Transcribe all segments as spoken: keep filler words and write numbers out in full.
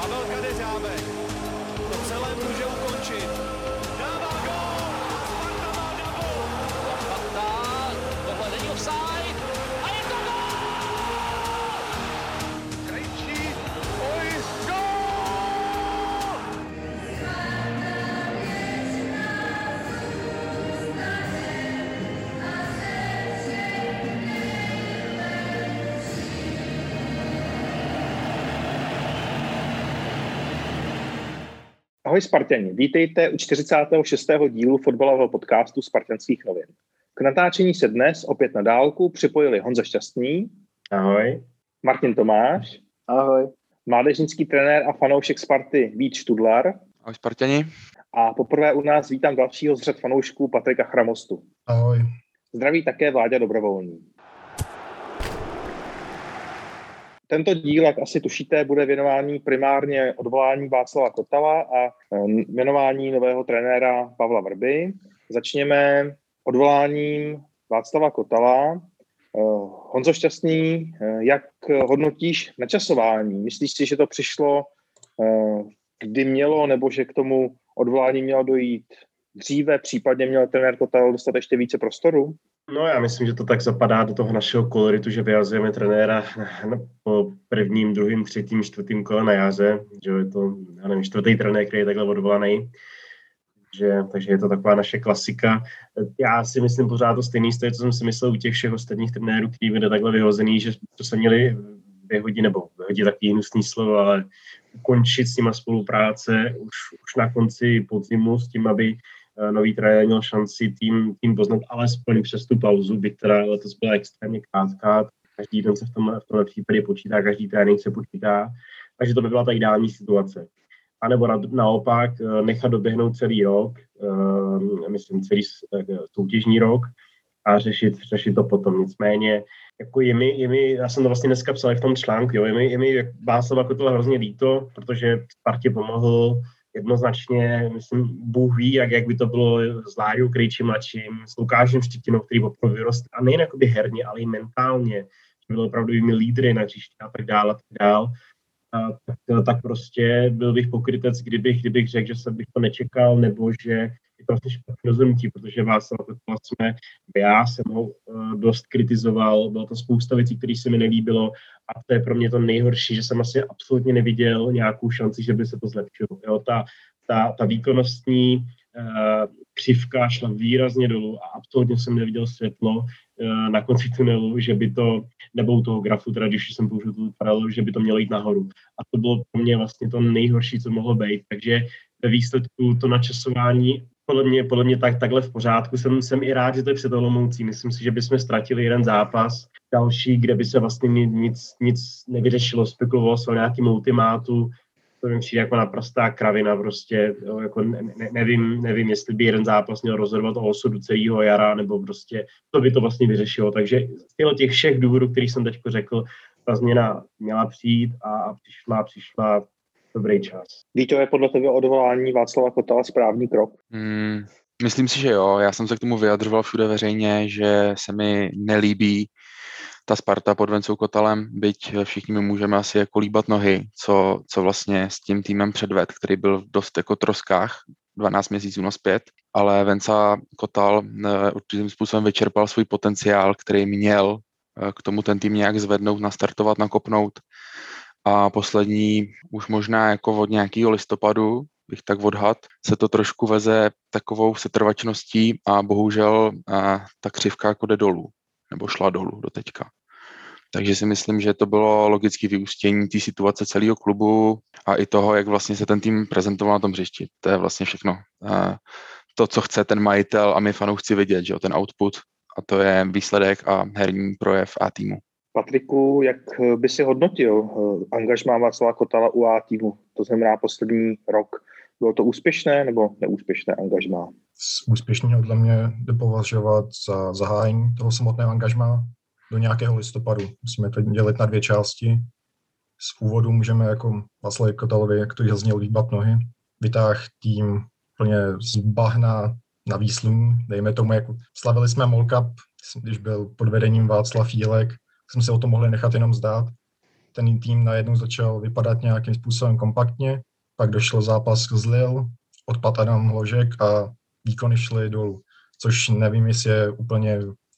Pavel Kadeřábek to celé může ukončit. Dává gól! Sparta má double! Sparta, tohle není offside a je to gól! Krejčí, oj, gól! Ahoj Sparťani, vítejte u čtyřicátého šestého dílu fotbalového podcastu Spartanských novin. K natáčení se dnes opět na dálku připojili Honza Šťastný. Ahoj. Martin Tomáš. Ahoj. Mládežnický trenér a fanoušek Sparty Vít Študlar. Ahoj Sparťani. A poprvé u nás vítám dalšího z řad fanoušků Patrika Chramostu. Ahoj. Zdraví také Vláďa Dobrovolný. Tento díl, jak asi tušíte, bude věnování primárně odvolání Václava Kotala a jmenování nového trenéra Pavla Vrby. Začněme odvoláním Václava Kotala. Honzo Šťastný, jak hodnotíš načasování? Myslíš si, že to přišlo, kdy mělo, nebo že k tomu odvolání mělo dojít dříve, případně měl trenér Kotal dostat ještě více prostoru? No já myslím, že to tak zapadá do toho našeho koloritu, že vyjazujeme trenéra po prvním, druhým, třetím, čtvrtým kole na jaře, že je to, já nevím, čtvrtý trenér, který je takhle odvolaný. Že, takže je to taková naše klasika. Já si myslím pořád to stejný stojí, co jsem si myslel u těch všech ostatních trenérů, kteří byli takhle vyhozený, že to se měli vyhodit, nebo vyhodit takový hnusný slovo, ale ukončit s nima spolupráce už, už na konci podzimu s tím, aby nový trenér měl šanci tým, tým poznat alespoň přes tu pauzu, byť teda letos byla extrémně krátká, každý den se v tomhle, v tomhle případě počítá, každý trénink se počítá, takže to by byla ta ideální situace. A nebo na, naopak nechat doběhnout celý rok, uh, myslím celý soutěžní rok a řešit, řešit to potom. Nicméně, jako je mi, je mi, já jsem to vlastně dneska psal v tom článku, jo, je mi, je mi Václava Kotala hrozně líto, protože Spartě pomohl jednoznačně, myslím, Bůh ví, jak, jak by to bylo s Láďou Krejčím mladším, s Lukášem Štětinou, který opravdu vyrost, a nejen jakoby herně, ale i mentálně, že byl opravdovými lídry na hřišti a tak dále a tak dále. A tak, tak prostě byl bych pokrytec, kdybych, kdybych řekl, že jsem bych to nečekal, nebo že je to vlastně špatné rozhodnutí, protože Václav Kotala jsme, já jsem ho uh, dost kritizoval, bylo to spousta věcí, které se mi nelíbilo a to je pro mě to nejhorší, že jsem asi absolutně neviděl nějakou šanci, že by se to zlepšilo. Jo, ta, ta, ta výkonnostní uh, křivka šla výrazně dolů a absolutně jsem neviděl světlo uh, na konci tunelu, že by to, nebo u toho grafu, teda když jsem použil tu paralelu, že by to mělo jít nahoru. A to bylo pro mě vlastně to nejhorší, co mohlo být. Takže ve výsledku to načasování podle mě, podle mě tak, takhle v pořádku. Jsem, jsem i rád, že to je před Olomoucí. Myslím si, že bychom ztratili jeden zápas, další, kde by se vlastně nic, nic nevyřešilo, spekulovalo se o nějakým ultimátu. To mi přijde jako naprostá kravina prostě, jo, jako ne, ne, nevím, nevím, jestli by jeden zápas měl rozhodovat o osudu celého jara, nebo prostě to by to vlastně vyřešilo. Takže z těch všech důvodů, kterých jsem teď řekl, ta změna měla přijít a přišla, přišla dobrý čas. Víte, je podle tebe odvolání Václava Kotala správný krok? Hmm, myslím si, že jo. Já jsem se k tomu vyjadřoval všude veřejně, že se mi nelíbí ta Sparta pod Vencou Kotalem, byť všichni my můžeme asi jako líbat nohy, co, co vlastně s tím týmem předved, který byl v dost jako troskách dvanáct měsíců naspět, ale Venca Kotal určitým způsobem vyčerpal svůj potenciál, který měl k tomu ten tým nějak zvednout, nastartovat, nakopnout. A poslední, už možná jako od nějakého listopadu, bych tak odhad, se to trošku veze takovou setrvačností a bohužel a, ta křivka jako jde dolů, nebo šla dolů do teďka. Takže si myslím, že to bylo logické vyústění té situace celého klubu a i toho, jak vlastně se ten tým prezentoval na tom hřišti. To je vlastně všechno. A to, co chce ten majitel a my fanoušci vidět, že jo, ten output, a to je výsledek a herní projev A týmu. Patriku, jak by si hodnotil angažmá Václava Kotala u A týmu? To znamená poslední rok. Bylo to úspěšné nebo neúspěšné angažmá? Z úspěšného dle mě jde považovat za zahájení toho samotného angažmá do nějakého listopadu. Musíme to dělit na dvě části. Z úvodu můžeme jako Václav Kotalovi, jak to zazněl, líbat nohy. Vytáh tým plně z bahna na výsluní. Dejme tomu, jako slavili jsme Mall Cup, když byl pod vedením Václav Jílek, jsme si o tom mohli nechat jenom zdát. ten tým najednou začal vypadat nějakým způsobem kompaktně, pak došlo zápas z Lille, odpad Adam Hložek a výkony šly dolů, což nevím, jestli je úplně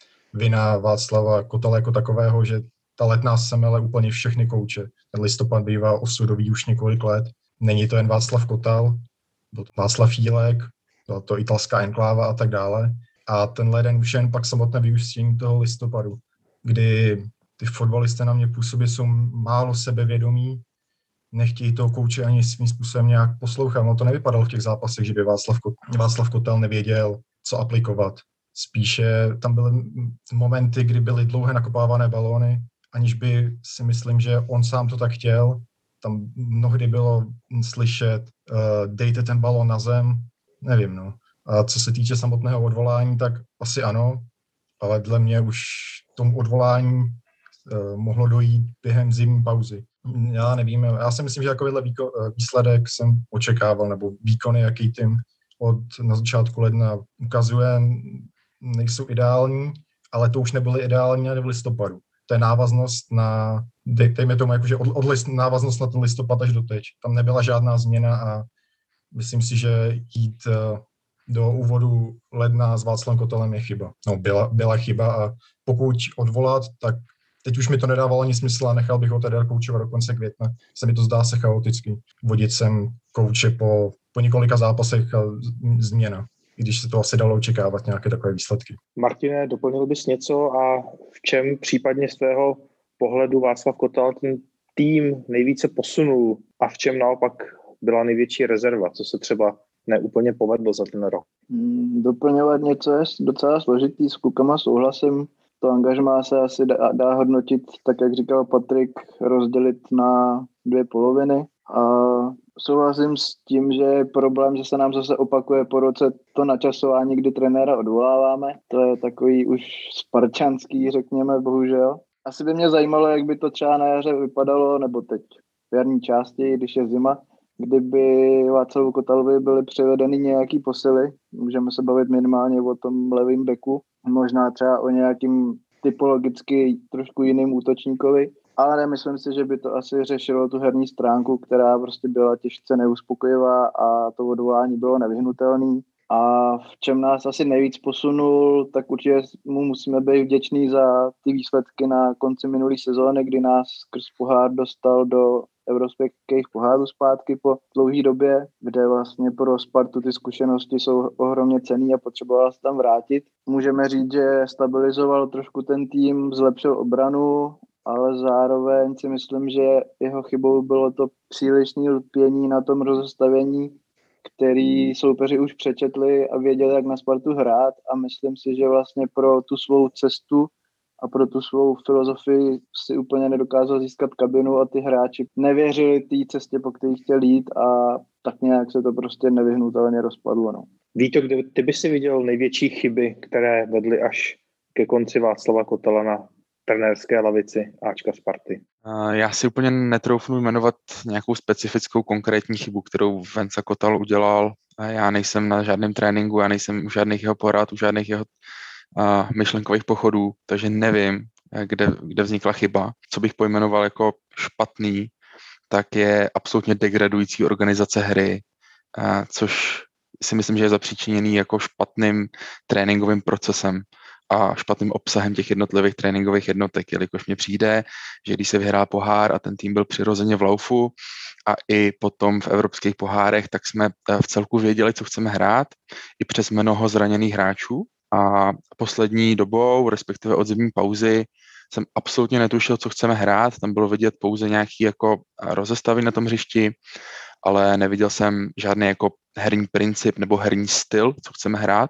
vina Václava Kotala jako takového, že ta letná semele úplně všechny kouče. Ten listopad bývá osudový už několik let. Není to jen Václav Kotal, byl to Václav Jílek, byla to italská enkláva a tak dále. A ten leden už jen pak samotné vyústění toho listopadu, kdy ty fotbalisté na mě působí, jsou málo sebevědomí, nechtějí toho kouče ani svým způsobem nějak poslouchat. No to nevypadalo v těch zápasech, že by Václav, Václav Kotal nevěděl, co aplikovat. Spíše tam byly momenty, kdy byly dlouhé nakopávané balóny, aniž by si myslím, že on sám to tak chtěl. Tam mnohdy bylo slyšet, uh, dejte ten balón na zem, nevím, no. A co se týče samotného odvolání, tak asi ano, ale dle mě už tomu odvolání uh, mohlo dojít během zimní pauzy. Já nevím, já si myslím, že takovýhle výko, výsledek jsem očekával, nebo výkony, jaký tým od na začátku ledna ukazuje, nejsou ideální, ale to už nebyly ideální ani v listopadu. To je návaznost na, dejme tomu, jakože od, od list, návaznost na ten listopad až do teď. Tam nebyla žádná změna a myslím si, že jít do úvodu ledna s Václavem Kotelem je chyba. No, byla, byla chyba a pokud odvolat, tak teď už mi to nedávalo ani smysl a nechal bych ho teda koučovat do konce května. Se mi to zdá se chaoticky. Vodit sem kouče po, po několika zápasech a změna. I když se to asi dalo očekávat nějaké takové výsledky. Martine, doplnil bys něco a v čem případně z tvého pohledu Václav Kotal ten tým nejvíce posunul a v čem naopak byla největší rezerva, co se třeba neúplně povedlo za ten rok? Doplňovat něco je docela složitý, s klukama souhlasím. To angažmá se asi dá, dá hodnotit, tak jak říkal Patrik, rozdělit na dvě poloviny. A souhlasím s tím, že je problém, že se nám zase opakuje po roce to načasování, kdy trenéra odvoláváme. To je takový už sparčanský, řekněme, bohužel. Asi by mě zajímalo, jak by to třeba na jaře vypadalo, nebo teď v jarní části, když je zima, kdyby Václavu Kotalovi byly přivedeny nějaký posily. Můžeme se bavit minimálně o tom levým beku, možná třeba o nějakým typologicky trošku jiným útočníkovi, ale nemyslím si, že by to asi řešilo tu herní stránku, která prostě byla těžce neuspokojivá a to odvolání bylo nevyhnutelné. A v čem nás asi nejvíc posunul, tak určitě mu musíme být vděční za ty výsledky na konci minulé sezóny, kdy nás skrz pohár dostal do evropských pohárů zpátky po dlouhé době, kde vlastně pro Spartu ty zkušenosti jsou ohromně cenný a potřeboval se tam vrátit. Můžeme říct, že stabilizoval trošku ten tým, zlepšil obranu, ale zároveň si myslím, že jeho chybou bylo to přílišné lpění na tom rozestavění, který soupeři už přečetli a věděli, jak na Spartu hrát, a myslím si, že vlastně pro tu svou cestu a pro tu svou filozofii si úplně nedokázal získat kabinu a ty hráči nevěřili té cestě, po které chtěli jít, a tak nějak se to prostě nevyhnutelně rozpadlo. No. Víto, kde ty by si viděl největší chyby, které vedly až ke konci Václava Kotala na trenérské lavici Ačka Sparty? Já si úplně netroufnu jmenovat nějakou specifickou konkrétní chybu, kterou Venca Kotal udělal. Já nejsem na žádném tréninku, já nejsem u žádných jeho porad, u žádných jeho uh, myšlenkových pochodů, takže nevím, kde, kde vznikla chyba. Co bych pojmenoval jako špatný, tak je absolutně degradující organizace hry, uh, což si myslím, že je zapříčiněný jako špatným tréninkovým procesem a špatným obsahem těch jednotlivých tréninkových jednotek, jelikož mně přijde, že když se vyhrál pohár a ten tým byl přirozeně v laufu a i potom v evropských pohárech, tak jsme v celku věděli, co chceme hrát, i přes mnoho zraněných hráčů. A poslední dobou, respektive od zimní pauzy, jsem absolutně netušil, co chceme hrát. Tam bylo vidět pouze nějaký jako rozestavy na tom hřišti, ale neviděl jsem žádný jako herní princip nebo herní styl, co chceme hrát.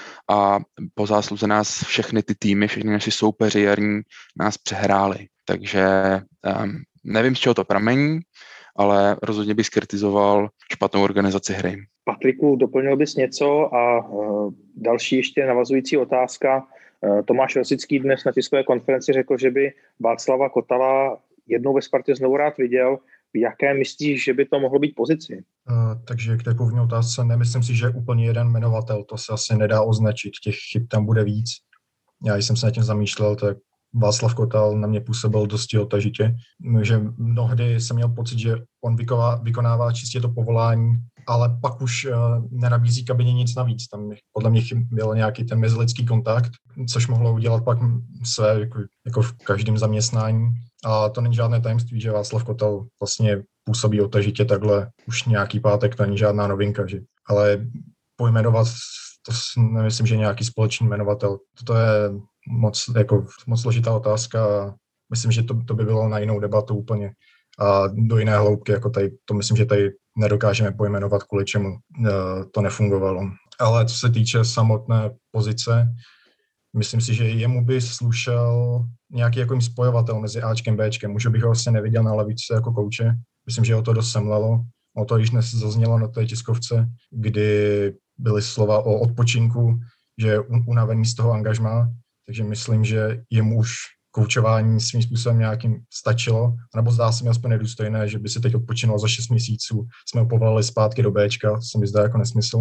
A po zásluze nás všechny ty týmy, všechny naši soupeři jarní nás přehráli. Takže um, nevím, z čeho to pramení, ale rozhodně bych skritizoval špatnou organizaci hry. Patriku, doplnil bys něco? A uh, další ještě navazující otázka. Uh, Tomáš Rosický dnes na tiskové konferenci řekl, že by Václava Kotala jednou ve Spartě znovu rád viděl. V jaké myslíš, že by to mohlo být pozici? Uh, takže k té původní otázce nemyslím si, že je úplně jeden jmenovatel. To se asi nedá označit. Těch chyb tam bude víc. Já jsem se nad tím zamýšlel, tak Václav Kotal na mě působil dosti otažitě, že mnohdy jsem měl pocit, že on vykonává, vykonává čistě to povolání, ale pak už uh, nenabízí kabině nic navíc. Tam podle mě byl nějaký ten mezilidský kontakt, což mohlo udělat pak své, jako, jako v každém zaměstnání. A to není žádné tajemství, že Václav Kotal vlastně působí otažitě takhle už nějaký pátek, to není žádná novinka. Že? Ale pojmenovat, to nemyslím, že je nějaký společný jmenovatel. To je moc, jako, moc složitá otázka. Myslím, že to, to by bylo na jinou debatu úplně. A do jiné hloubky, jako tady, to myslím, že tady nedokážeme pojmenovat, kvůli čemu uh, to nefungovalo. Ale co se týče samotné pozice, myslím si, že jemu by slušel nějaký jako spojovatel mezi Ačkem a Bčkem. Už bych ho vlastně neviděl na lavičce jako kouče. Myslím, že ho to dost semlelo. O to již dnes zaznělo na té tiskovce, kdy byly slova o odpočinku, že je unavený z toho angažmá. Takže myslím, že jemu už koučování svým způsobem nějakým stačilo, nebo zdá se mi aspoň nedůstojné, že by si teď odpočinul za šest měsíců, jsme ho povolali zpátky do Bčka, se mi zdá jako nesmysl,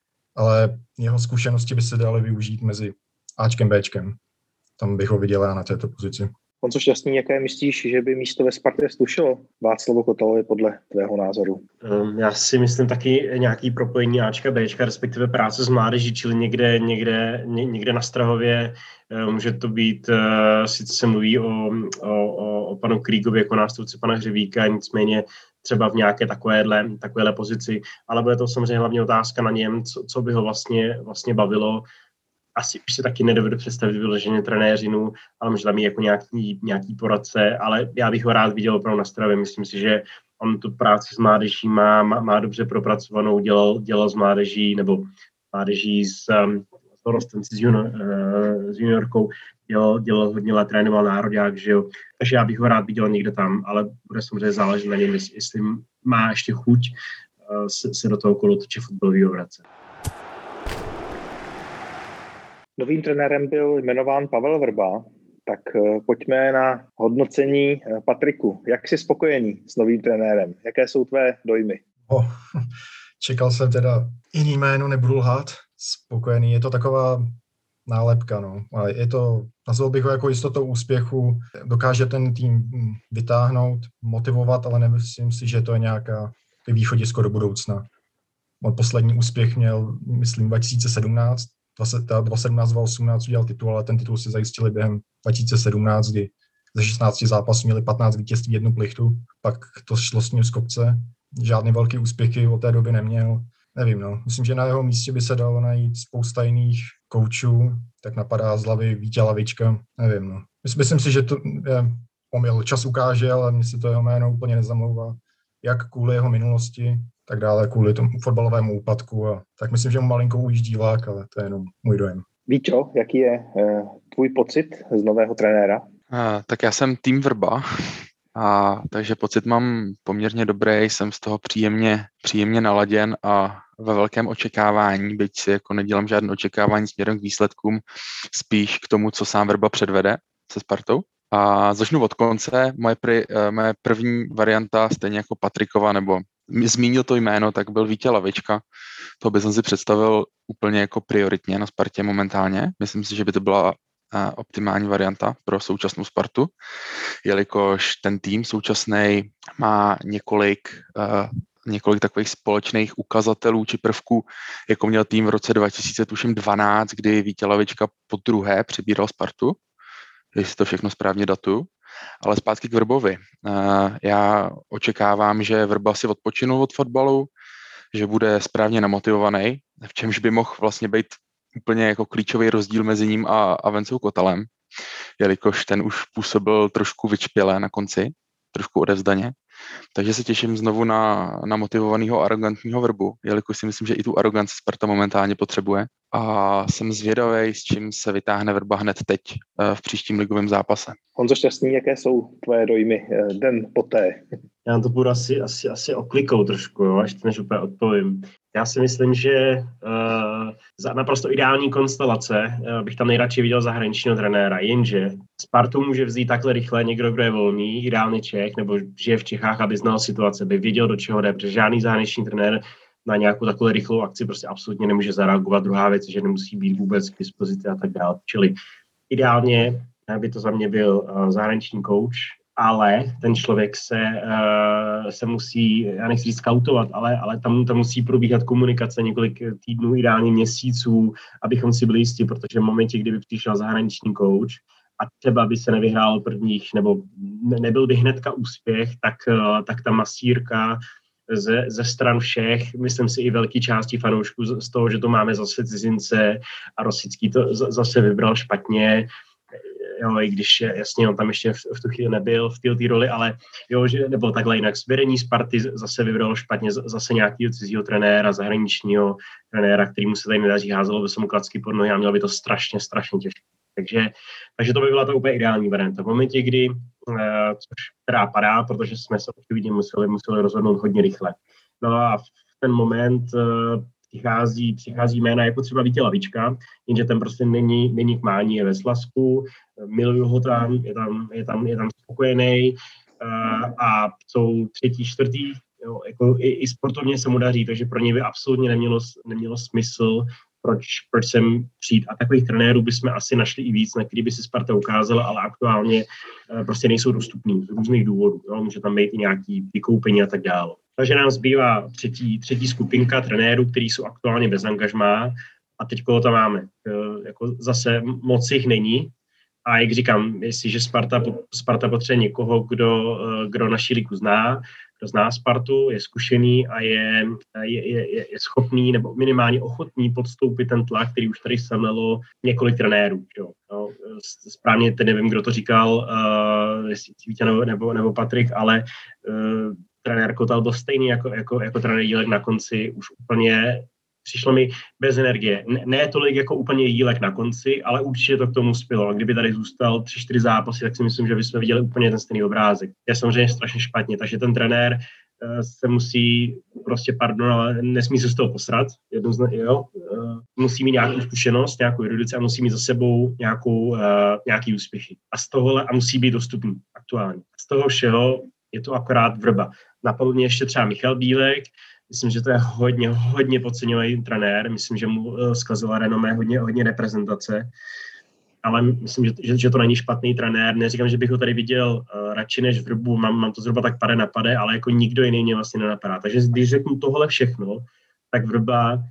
ale jeho zkušenosti by se daly využít mezi Ačkem a Bčkem. Tam bych ho viděl já na této pozici. Honzo Šťastný, jaké myslíš, že by místo ve Spartě slušelo Václavu Kotalovi podle tvého názoru? Um, já si myslím taky nějaký propojení Ačka, Bčka, respektive práce s mládeží, čili někde, někde, ně, někde na Strahově. Um, může to být, uh, sice se mluví o, o, o, o panu Krígovi jako nástupci pana Hřivíka, nicméně třeba v nějaké takovéhle, takovéhle pozici, ale bude to samozřejmě hlavně otázka na něm, co, co by ho vlastně, vlastně bavilo. Asi už si taky nedovedu představit vyloženě trenéřinu, ale možná mít jako nějaký, nějaký poradce, ale já bych ho rád viděl opravdu na Stravě. Myslím si, že on tu práci s mládeží má, má, má dobře propracovanou, dělal, dělal s mládeží, nebo mládeží s, um, s dorostenci, s, junior, uh, s juniorkou, dělal, dělal hodně let, trénoval nároďák, že jo. Takže já bych ho rád viděl někde tam, ale bude samozřejmě záležet na něm, jestli má ještě chuť uh, se, se do toho kolotoče fotbalového vracet. Novým trenérem byl jmenován Pavel Vrba, tak pojďme na hodnocení Patriku. Jak jsi spokojený s novým trenérem? Jaké jsou tvé dojmy? Oh, čekal jsem teda jiný jméno, nebudu lhát. Spokojený, je to taková nálepka, no. Ale je to, nazval bych ho jako jistotou úspěchu, dokáže ten tým vytáhnout, motivovat, ale nemyslím si, že to je nějaká východisko do budoucna. On poslední úspěch měl, myslím, dva tisíce sedmnáct, dva tisíce sedmnáct dva tisíce osmnáct udělal titul, ale ten titul si zajistili během dva tisíce sedmnáct, kdy ze šestnácti zápasů měli patnáct vítězství, jednu plichtu, pak to šlo s ním z kopce. Žádný velký úspěchy od té doby neměl. Nevím, no. Myslím, že na jeho místě by se dalo najít spousta jiných koučů, tak napadá z hlavy Vítě Lavička, nevím, no. Myslím si, že to je omyl. Čas ukáže, ale mně se to jeho jméno úplně nezamlouvá. Jak kvůli jeho minulosti, tak dále kvůli tomu fotbalovému úpadku. A tak myslím, že mu malinko ujíždí vlák, ale to je jenom můj dojem. Víčo, jaký je uh, tvůj pocit z nového trenéra? Uh, tak já jsem tým Vrba, a takže pocit mám poměrně dobrý, jsem z toho příjemně, příjemně naladěn a ve velkém očekávání, byť si jako nedělám žádné očekávání směrem k výsledkům, spíš k tomu, co sám Vrba předvede se Spartou. A začnu od konce. Moje, pri, moje první varianta, stejně jako Patrikova, nebo zmínil to jméno, tak byl Vítě Lavička. To bych si představil úplně jako prioritně na Spartě momentálně. Myslím si, že by to byla optimální varianta pro současnou Spartu, jelikož ten tým současný má několik, několik takových společných ukazatelů či prvků, jako měl tým v roce dva tisíce dvanáct, kdy Vítě Lavička po druhé přebíral Spartu, jestli to všechno správně datuju. Ale zpátky k Vrbovi. Já očekávám, že Vrba si odpočinul od fotbalu, že bude správně namotivovaný, v čemž by mohl vlastně být úplně jako klíčový rozdíl mezi ním a, a Vencou Kotalem, jelikož ten už působil trošku vyčpěle na konci, trošku odevzdaně. Takže se těším znovu na, na motivovaného arrogantního Vrbu, jelikož si myslím, že i tu aroganci Sparta momentálně potřebuje. A jsem zvědavý, s čím se vytáhne Vrba hned teď v příštím ligovém zápase. Honzo Šťastný, jaké jsou tvoje dojmy den poté? Já to budu asi, asi, asi oklikou trošku, jo, až než úplně odpovím. Já si myslím, že uh, za naprosto ideální konstelace uh, bych tam nejradši viděl zahraničního trenéra, jenže Spartu může vzít takhle rychle někdo, kdo je volný, ideálně Čech, nebo žije v Čechách, aby znal situace, by věděl, do čeho jde, protože žádný zahraniční trenér na nějakou takovou rychlou akci prostě absolutně nemůže zareagovat. Druhá věc, že nemusí být vůbec k dispozici a tak dále. Čili ideálně by to za mě byl zahraniční kouč, ale ten člověk se, se musí, já nechci říct skautovat, ale, ale tam, tam musí probíhat komunikace několik týdnů, ideálně měsíců, abychom si byli jistí, protože v momentě, kdyby přišel zahraniční kouč a třeba by se nevyhrál prvních, nebo nebyl by hnedka úspěch, tak, tak ta masírka ze, ze stran všech, myslím si i velké části fanoušků z toho, že to máme zase cizince a Rosický to zase vybral špatně, jo, i když jasně on tam ještě v, v tu chvíli nebyl v té roli, ale jo, že nebylo takhle jinak. Vedení Sparty zase vybralo špatně zase nějakého cizího trenéra, zahraničního trenéra, kterýmu se tady nedaří, házelo by se mu klacky pod nohy a mělo by to strašně, strašně těžké. Takže, takže to by byla ta úplně ideální varianta. V momentě, kdy, což teda padá, protože jsme se očividně museli, museli rozhodnout hodně rychle. No a v ten moment přichází, přichází jména jako třeba Vítě Lavička, jenže ten prostě není, není k mání, je ve Slazsku, miluju ho tam, je tam, je tam, je tam spokojený a jsou třetí, čtvrtý, jo, jako i, i sportovně se mu daří, takže pro něj by absolutně nemělo, nemělo smysl, proč, proč sem přijít. A takových trenérů bychom asi našli i víc, na který by si Sparta ukázala, ale aktuálně prostě nejsou dostupní z různých důvodů. Jo, může tam být i nějaký vykoupení a tak dále. Takže nám zbývá třetí, třetí skupinka trenérů, kteří jsou aktuálně bez angažmá a teď koho tam máme. Jako zase moc jich není a jak říkám, jestliže Sparta, Sparta potřebuje někoho, kdo, kdo naši ligu zná, kdo zná Spartu, je zkušený a je, je, je, je schopný nebo minimálně ochotný podstoupit ten tlak, který už tady semlelo několik trenérů. Jo. No, správně teď nevím, kdo to říkal, uh, jestli Vítě nebo, nebo, nebo Patrik, ale uh, trenér Kotal byl stejný jako, jako, jako trenér Jílek na konci, už úplně přišlo mi bez energie. Ne, ne tolik jako úplně Jílek na konci, ale určitě to k tomu spělo. A kdyby tady zůstal tři čtyři zápasy, tak si myslím, že bychom viděli úplně ten stejný obrázek. Je samozřejmě strašně špatně, takže ten trenér uh, se musí prostě, pardon, ale nesmí se z toho posrat. Jednozna, jo, uh, musí mít nějakou zkušenost, nějakou erudici a musí mít za sebou nějakou, uh, nějaký úspěchy. A z tohohle a musí být dostupný aktuálně. Z toho všeho je to akorát Vrba. Napadl mě ještě třeba Michal Bílek, myslím, že to je hodně, hodně podceňovaný trenér, myslím, že mu uh, zkazila renomé hodně, hodně reprezentace, ale myslím, že, že, že to není špatný trenér, neříkám, že bych ho tady viděl uh, radši než Vrbu, mám, mám to zhruba tak pade na pade, ale jako nikdo jiný mě vlastně nenapadá, takže když řeknu tohle všechno, tak Vrba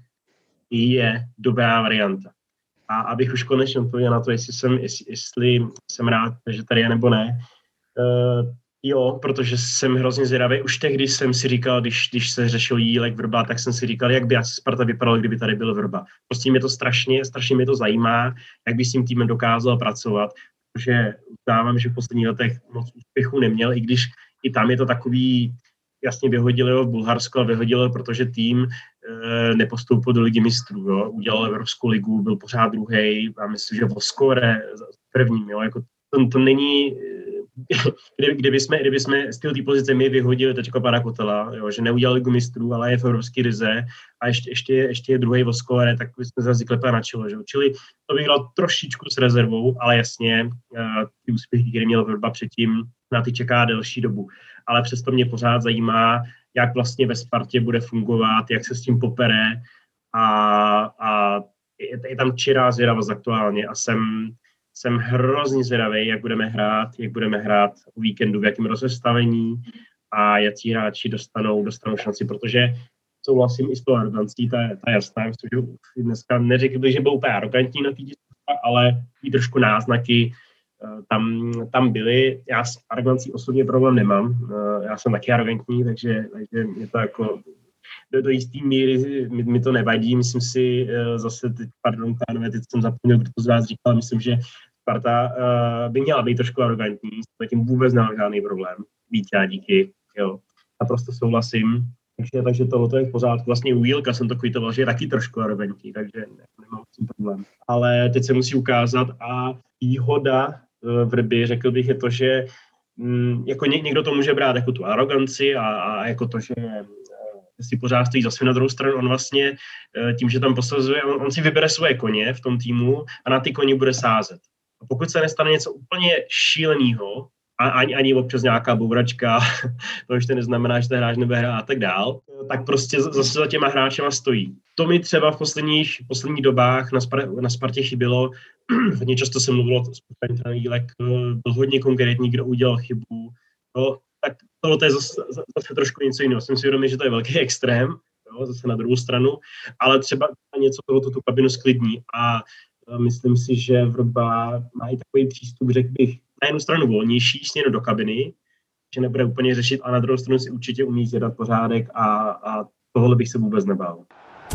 je dobrá varianta. A abych už konečně odpověděl na to, jestli jsem, jestli, jestli jsem rád, že tady je nebo ne, uh, jo, protože jsem hrozně zvědavý. Už tehdy jsem si říkal, když, když se řešil Jílek, Vrba, tak jsem si říkal, jak by asi Sparta vypadala, kdyby tady byl Vrba. Prostě mě to strašně, strašně mě to zajímá, jak by s tím týmem dokázal pracovat, protože uznávám, že v posledních letech moc úspěchu neměl, i když i tam je to takový, jasně vyhodili ho v Bulharsku a vyhodili ho, protože tým e, nepostoupil do ligy mistrů, jo. Udělal Evropskou ligu, byl pořád druhej a myslím, že Voskore prvním, jo, jako to, to není... Kdyby, kdyby, jsme, kdyby jsme z té pozice my vyhodili teďko pana Kotela, jo, že neudělal ligu mistrů, ale je v evropský ryze a ještě, ještě, ještě je druhý Voskore, tak jsme zase klepali na čelo. Že? Čili to bych dělal trošičku s rezervou, ale jasně, uh, ty úspěchy, které měl Vrba předtím, na ty čeká delší dobu. Ale přesto mě pořád zajímá, jak vlastně ve Spartě bude fungovat, jak se s tím popere a, a je, je tam čirá zvědavost aktuálně a jsem Jsem hrozně zvědavý, jak budeme hrát, jak budeme hrát o víkendu, v jakém rozestavení a jaký hráči dostanou, dostanou šanci, protože souhlasím i s tou arogancí, ta, ta jasná, myslím, že dneska neřekl bych, že byl úplně arrogantní na té diskusách, ale i trošku náznaky tam, tam byly. Já s arogancí osobně problém nemám, já jsem taky arrogantní, takže, takže je to jako do, do jistý míry mi, mi to nevadí, myslím si zase, teď, pardon, pánové, teď jsem zapomněl, kdo to z vás říkal, myslím, že Sparta uh, by měla být trošku arrogantní, s tím vůbec nemám žádný problém, Vítě, díky, jo, naprosto souhlasím, takže, takže tohle je v pořádku, vlastně u Jílka jsem to kvitoval, že je taky trošku arrogantní, takže ne, nemám s tím problém, ale teď se musí ukázat a výhoda uh, Vrby, řekl bych, je to, že mm, jako ně, někdo to může brát jako tu aroganci a, a jako to, že si pořád stojí za svým, na druhou stranu on vlastně tím, že tam posazuje, on, on si vybere svoje koně v tom týmu a na ty koně bude sázet. A pokud se nestane něco úplně šíleného, a ani, ani občas nějaká bouračka, to ještě neznamená, že ten hráč nebude hrát a tak dál, tak prostě zase za těma hráčema stojí. To mi třeba v posledních, posledních dobách na, Spar- na Spartě chybělo. Hodně často se mluvilo, že Jílek byl hodně konkrétní, kdo udělal chybu. No, tak tohle je zase, zase trošku něco jiného. Jsem si vědomý, že to je velký extrém, jo, zase na druhou stranu, ale třeba něco tohoto tu kabinu sklidní a myslím si, že Vrba má i takový přístup, řekl bych, na jednu stranu volnější, směrem do kabiny, že nebude úplně řešit, a na druhou stranu si určitě umí zjedat pořádek a, a tohle bych se vůbec nebál.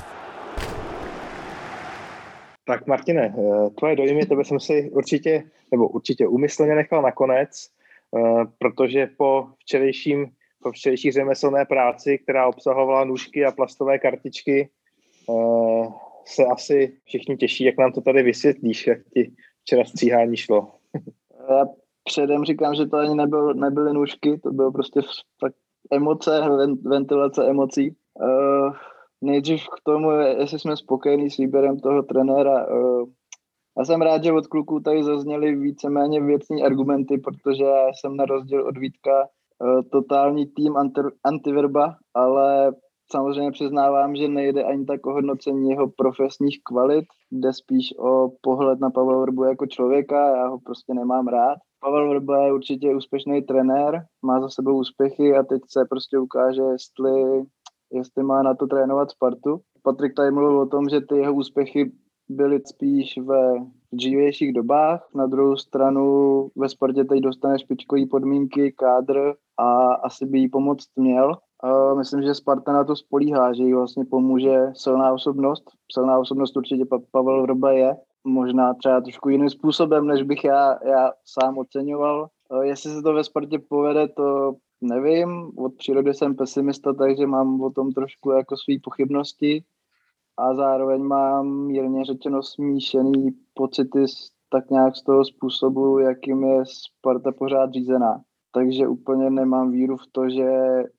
Tak Martine, tvoje dojmy, tebe jsem si určitě, nebo určitě úmyslně nechal nakonec, protože po včerejším, po včerejší řemeslné práci, která obsahovala nůžky a plastové kartičky, se asi všichni těší, jak nám to tady vysvětlíš, jak ti včera stříhání šlo. Já předem říkám, že to ani nebyl, nebyly nůžky, to bylo prostě tak emoce, ventilace emocí. Uh, nejdřív k tomu, jestli jsme spokojení s výběrem toho trenéra. Uh, já jsem rád, že od kluků tady zazněly víceméně věcní argumenty, protože já jsem na rozdíl od Vítka uh, totální tým anti, antiverba, ale samozřejmě přiznávám, že nejde ani tak o hodnocení jeho profesních kvalit, jde spíš o pohled na Pavla Vrbu jako člověka, já ho prostě nemám rád. Pavel Vrba je určitě úspěšný trenér, má za sebou úspěchy a teď se prostě ukáže, jestli, jestli má na to trénovat Spartu. Patrik tady mluvil o tom, že ty jeho úspěchy byly spíš ve dřívějších dobách, na druhou stranu ve Spartě teď dostane špičkový podmínky, kádr a asi by jí pomoct měl. Uh, myslím, že Sparta na to spolíhá, že jí vlastně pomůže silná osobnost. Silná osobnost určitě pa- Pavel Vrba je. Možná třeba trošku jiným způsobem, než bych já, já sám oceňoval. Uh, jestli se to ve Spartě povede, to nevím. Od přírody jsem pesimista, takže mám o tom trošku jako svý pochybnosti. A zároveň mám mírně řečeno smíšený pocity z, tak nějak z toho způsobu, jakým je Sparta pořád řízená. Takže úplně nemám víru v to, že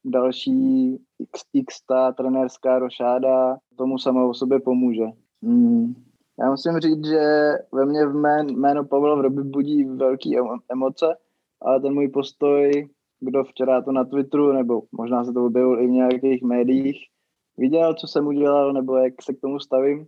další x, x ta trenérská rošáda tomu sama o sobě pomůže. Hmm. Já musím říct, že ve mně v jmén, jméno Pavla Vrby budí velký emoce, ale ten můj postoj, kdo včera to na Twitteru, nebo možná se to objevil i v nějakých médiích, viděl, co jsem udělal, nebo jak se k tomu stavím,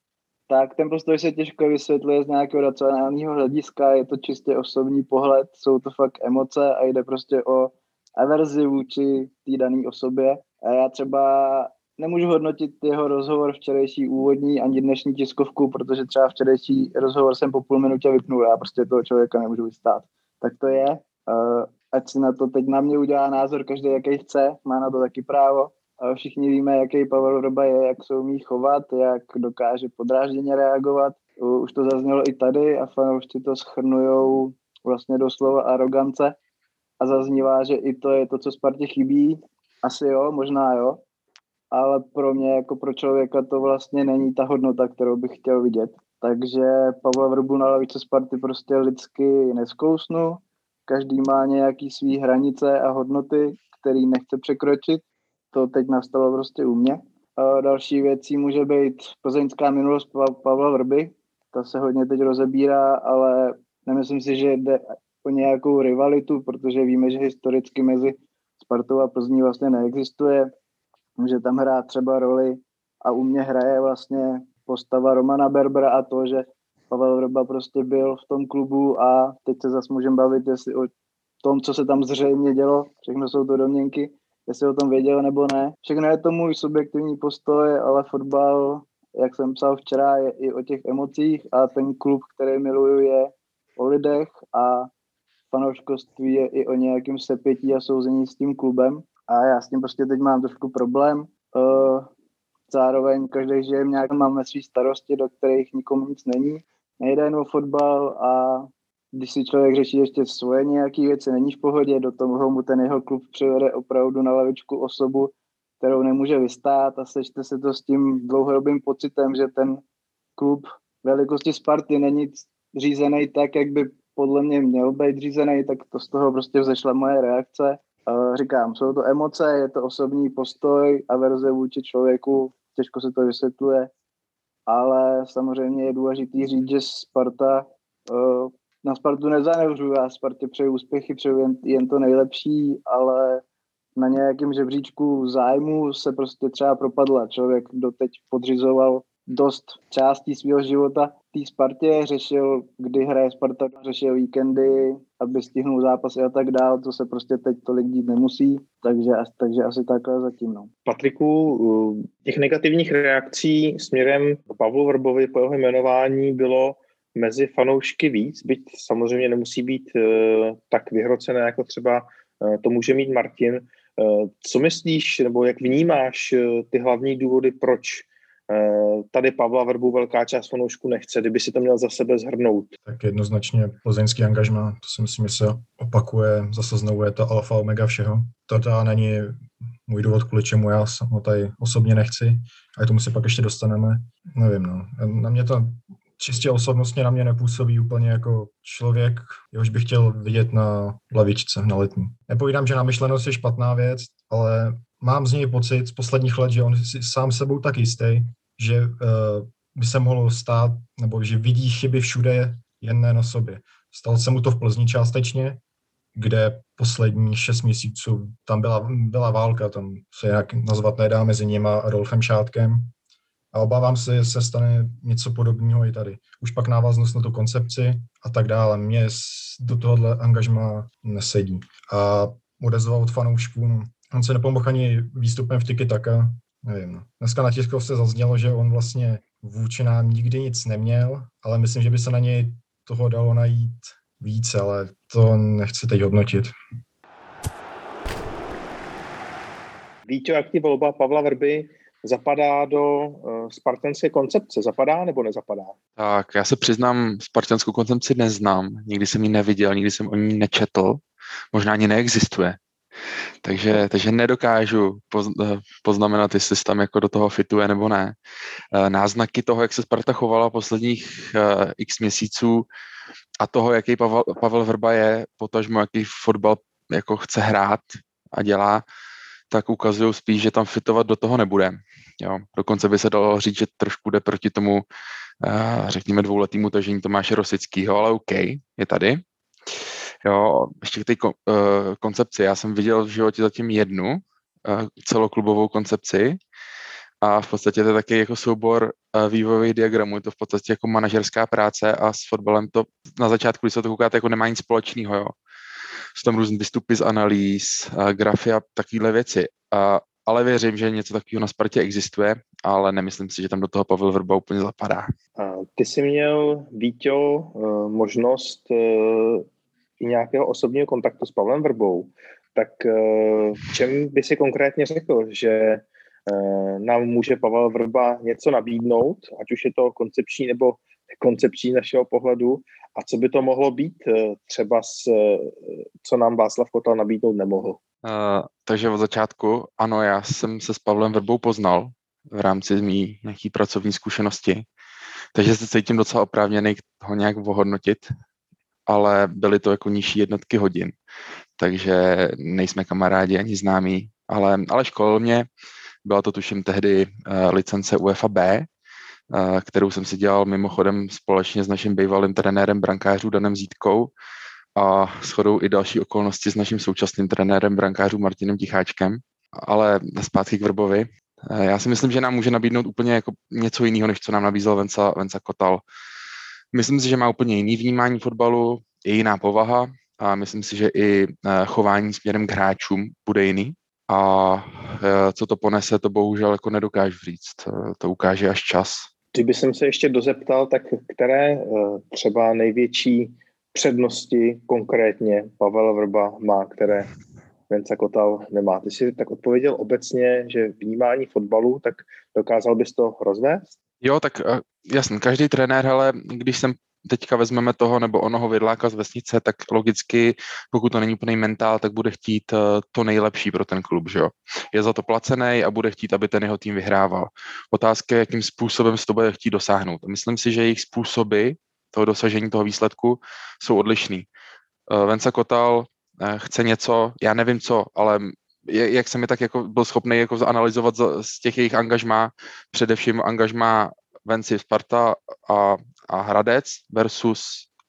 tak ten postoj se těžko vysvětluje z nějakého racionálního hlediska, je to čistě osobní pohled, jsou to fakt emoce a jde prostě o averzi vůči té dané osobě. A já třeba nemůžu hodnotit jeho rozhovor včerejší úvodní ani dnešní tiskovku, protože třeba včerejší rozhovor jsem po půl minutě vypnul, já prostě toho člověka nemůžu vystát. Tak to je, uh, ať si na to teď na mě udělá názor každý, jaký chce, má na to taky právo. Všichni víme, jaký Pavel Vrba je, jak se umí chovat, jak dokáže podrážděně reagovat. Už to zaznělo i tady a fanoušci to shrnujou vlastně doslova arogance a zaznívá, že i to je to, co Spartě chybí. Asi jo, možná jo, ale pro mě jako pro člověka to vlastně není ta hodnota, kterou bych chtěl vidět. Takže Pavla Vrbu na lavice Sparty prostě lidsky nezkousnu. Každý má nějaký svý hranice a hodnoty, který nechce překročit. To teď nastalo prostě u mě. A další věcí může být plzeňská minulost Pavla Vrby. Ta se hodně teď rozebírá, ale nemyslím si, že jde o nějakou rivalitu, protože víme, že historicky mezi Spartou a Plzní vlastně neexistuje. Může tam hrát třeba roli a u mě hraje vlastně postava Romana Berbera a to, že Pavel Vrba prostě byl v tom klubu a teď se zase můžeme bavit jestli o tom, co se tam zřejmě dělo. Všechno jsou to domněnky, jestli o tom věděl nebo ne. Všechno je to můj subjektivní postoj, ale fotbal, jak jsem psal včera, je i o těch emocích a ten klub, který miluju, je o lidech a fanouškovství je i o nějakém sepětí a souzení s tím klubem. A já s tím prostě teď mám trošku problém. Uh, zároveň každý žije nějak, máme svý starosti, do kterých nikomu nic není. Nejde jen o fotbal a když si člověk řeší ještě svoje nějaké věci, není v pohodě, do toho mu ten jeho klub přivede opravdu na lavičku osobu, kterou nemůže vystát a sečte se to s tím dlouhodobým pocitem, že ten klub velikosti Sparty není řízený tak, jak by podle mě měl být řízený, tak to z toho prostě vzešla moje reakce. Říkám, jsou to emoce, je to osobní postoj a verze vůči člověku, těžko se to vysvětluje, ale samozřejmě je důležitý říct, že Sparta uh, na Spartu nezanevřu, já Spartě přeju úspěchy, přeju jen, jen to nejlepší, ale na nějakém žebříčku zájmu se prostě třeba propadla. Člověk doteď podřizoval dost částí svého života té Spartě, řešil, kdy hraje Sparta, řešil víkendy, aby stihnul zápasy a tak dál, to se prostě teď tolik dít nemusí, takže, takže asi takhle zatím. No. Patriku, těch negativních reakcí směrem k Pavlu Vrbovi po jeho jmenování bylo mezi fanoušky víc, byť samozřejmě nemusí být uh, tak vyhrocené, jako třeba uh, to může mít Martin. Uh, co myslíš, nebo jak vnímáš uh, ty hlavní důvody, proč uh, tady Pavla Vrbu velká část fanoušků nechce, kdyby si to měl za sebe zhrnout? Tak jednoznačně plzeňský angažmá, to si myslím, že se opakuje, zase znovu je to alfa omega všeho. To teda není můj důvod, kvůli čemu já ho tady osobně nechci, a k tomu se pak ještě dostaneme. Nevím, no. Na mě to čistě osobnostně na mě nepůsobí úplně jako člověk, jehož bych chtěl vidět na lavičce, na Letní. Nepovídám, že namyšlenost je špatná věc, ale mám z něj pocit z posledních let, že on si sám sebou tak jistý, že uh, by se mohlo stát, nebo že vidí chyby všude, jen ne na sobě. Stalo se mu to v Plzni částečně, kde poslední šest měsíců tam byla, byla válka, tam se jak nazvat nedá mezi ním a Rolfem Šátkem. A obávám se, že se stane něco podobného i tady. Už pak návaznost na tu koncepci a tak dále. Mně do tohohle angažmá nesedí. A odezva od fanoušků, no, on se nepomohl ani výstupem v tiki-taka. Nevím, no. Dneska na tiskovce zaznělo, že on vlastně vůči nám nikdy nic neměl, ale myslím, že by se na něj toho dalo najít více, ale to nechci teď hodnotit. Víte, jak ti volba Pavla Vrby zapadá do uh, spartanské koncepce? Zapadá nebo nezapadá? Tak, já se přiznám, spartanskou koncepci neznám. Nikdy jsem ji neviděl, nikdy jsem o ní nečetl. Možná ani neexistuje. Takže, takže nedokážu poznamenat, jestli se tam jako do toho fituje nebo ne. Náznaky toho, jak se Sparta chovala posledních uh, x měsíců a toho, jaký Pavel, Pavel Vrba je, potažmo jaký fotbal jako chce hrát a dělá, tak ukazují spíš, že tam fitovat do toho nebude. Jo. Dokonce by se dalo říct, že trošku jde proti tomu, uh, řekněme, dvouletýmu tažení Tomáše Rosického, ale OK, je tady. Jo, ještě k té ko- uh, koncepci. Já jsem viděl v životě zatím jednu uh, celoklubovou koncepci a v podstatě to je taky jako soubor uh, vývojových diagramů. Je to v podstatě jako manažerská práce a s fotbalem to na začátku, když se to koukáte, jako nemá nic společného. Jo. Jsou tam různé výstupy z analýz, uh, grafy a takovéhle věci. Uh, ale věřím, že něco takového na Spartě existuje, ale nemyslím si, že tam do toho Pavel Vrba úplně zapadá. Uh, ty jsi měl, Víťo, uh, možnost uh, i nějakého osobního kontaktu s Pavlem Vrbou, tak v čem by si konkrétně řekl, že nám může Pavel Vrba něco nabídnout, ať už je to koncepční nebo koncepční našeho pohledu, a co by to mohlo být třeba, s, co nám Václav Kotal nabídnout nemohl? Uh, takže od začátku, ano, já jsem se s Pavlem Vrbou poznal v rámci mý nějaký pracovní zkušenosti, takže se cítím docela oprávněný ho nějak ohodnotit, ale byly to jako nižší jednotky hodin, takže nejsme kamarádi ani známí, ale, ale školil mě, byla to tuším tehdy uh, licence UEFA B, uh, kterou jsem si dělal mimochodem společně s naším bývalým trenérem brankářů Danem Zítkou a shodou i další okolnosti s naším současným trenérem brankářů Martinem Ticháčkem, ale zpátky k Vrbovi. Uh, já si myslím, že nám může nabídnout úplně jako něco jiného, než co nám nabízel Venca, Venca Kotal. Myslím si, že má úplně jiný vnímání fotbalu, je jiná povaha a myslím si, že i chování směrem k hráčům bude jiný. A co to ponese, to bohužel jako nedokážu říct. To ukáže až čas. Kdyby jsem se ještě dozeptal, tak které třeba největší přednosti konkrétně Pavel Vrba má, které Venca Kotal nemá? Ty jsi tak odpověděl obecně, že vnímání fotbalu, tak dokázal bys to rozvést? Jo, tak jasně, každý trenér, ale když jsem teďka vezmeme toho nebo onoho vidláka z vesnice, tak logicky, pokud to není úplný mentál, tak bude chtít to nejlepší pro ten klub, že jo. Je za to placený a bude chtít, aby ten jeho tým vyhrával. Otázka je, jakým způsobem se to bude chtít dosáhnout. Myslím si, že jejich způsoby toho dosažení toho výsledku jsou odlišný. Venca Kotal chce něco, já nevím co, ale jak jsem je tak jako byl schopný jako analyzovat z těch jejich angažmá, především angažmá Venci Sparta a, a Hradec versus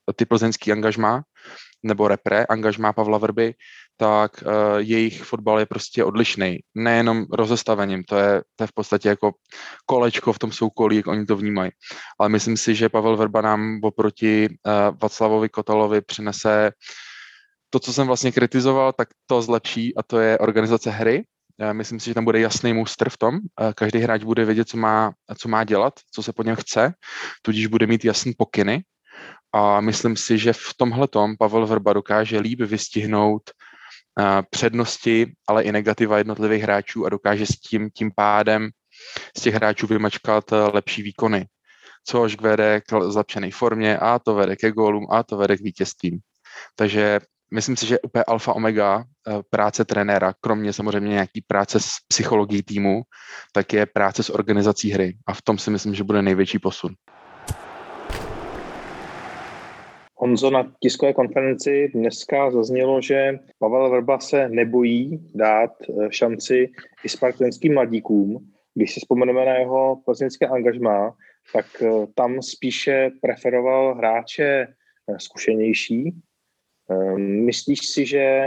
ty plzeňský angažmá, nebo repre angažmá Pavla Vrby, tak uh, jejich fotbal je prostě odlišný. Nejenom rozestavením, to je, to je v podstatě jako kolečko v tom soukolí, jak oni to vnímají. Ale myslím si, že Pavel Vrba nám oproti uh, Václavovi Kotalovi přinese to, co jsem vlastně kritizoval, tak to zlepší a to je organizace hry. Uh, myslím si, že tam bude jasný mustr v tom. Uh, každý hráč bude vědět, co má, co má dělat, co se po něm chce, tudíž bude mít jasný pokyny. A myslím si, že v tomhletom Pavel Vrba dokáže líp vystihnout uh, přednosti, ale i negativa jednotlivých hráčů a dokáže s tím, tím pádem z těch hráčů vymačkat uh, lepší výkony, což vede k zlepšené formě a to vede ke gólům a to vede k vítězstvím. Takže myslím si, že úplně alfa omega uh, práce trenéra, kromě samozřejmě nějaký práce s psychologií týmu, tak je práce s organizací hry a v tom si myslím, že bude největší posun. Honzo, na tiskové konferenci dneska zaznělo, že Pavel Vrba se nebojí dát šanci i spartanským mladíkům. Když si vzpomeneme na jeho plzeňské angažmá, tak tam spíše preferoval hráče zkušenější. Myslíš si, že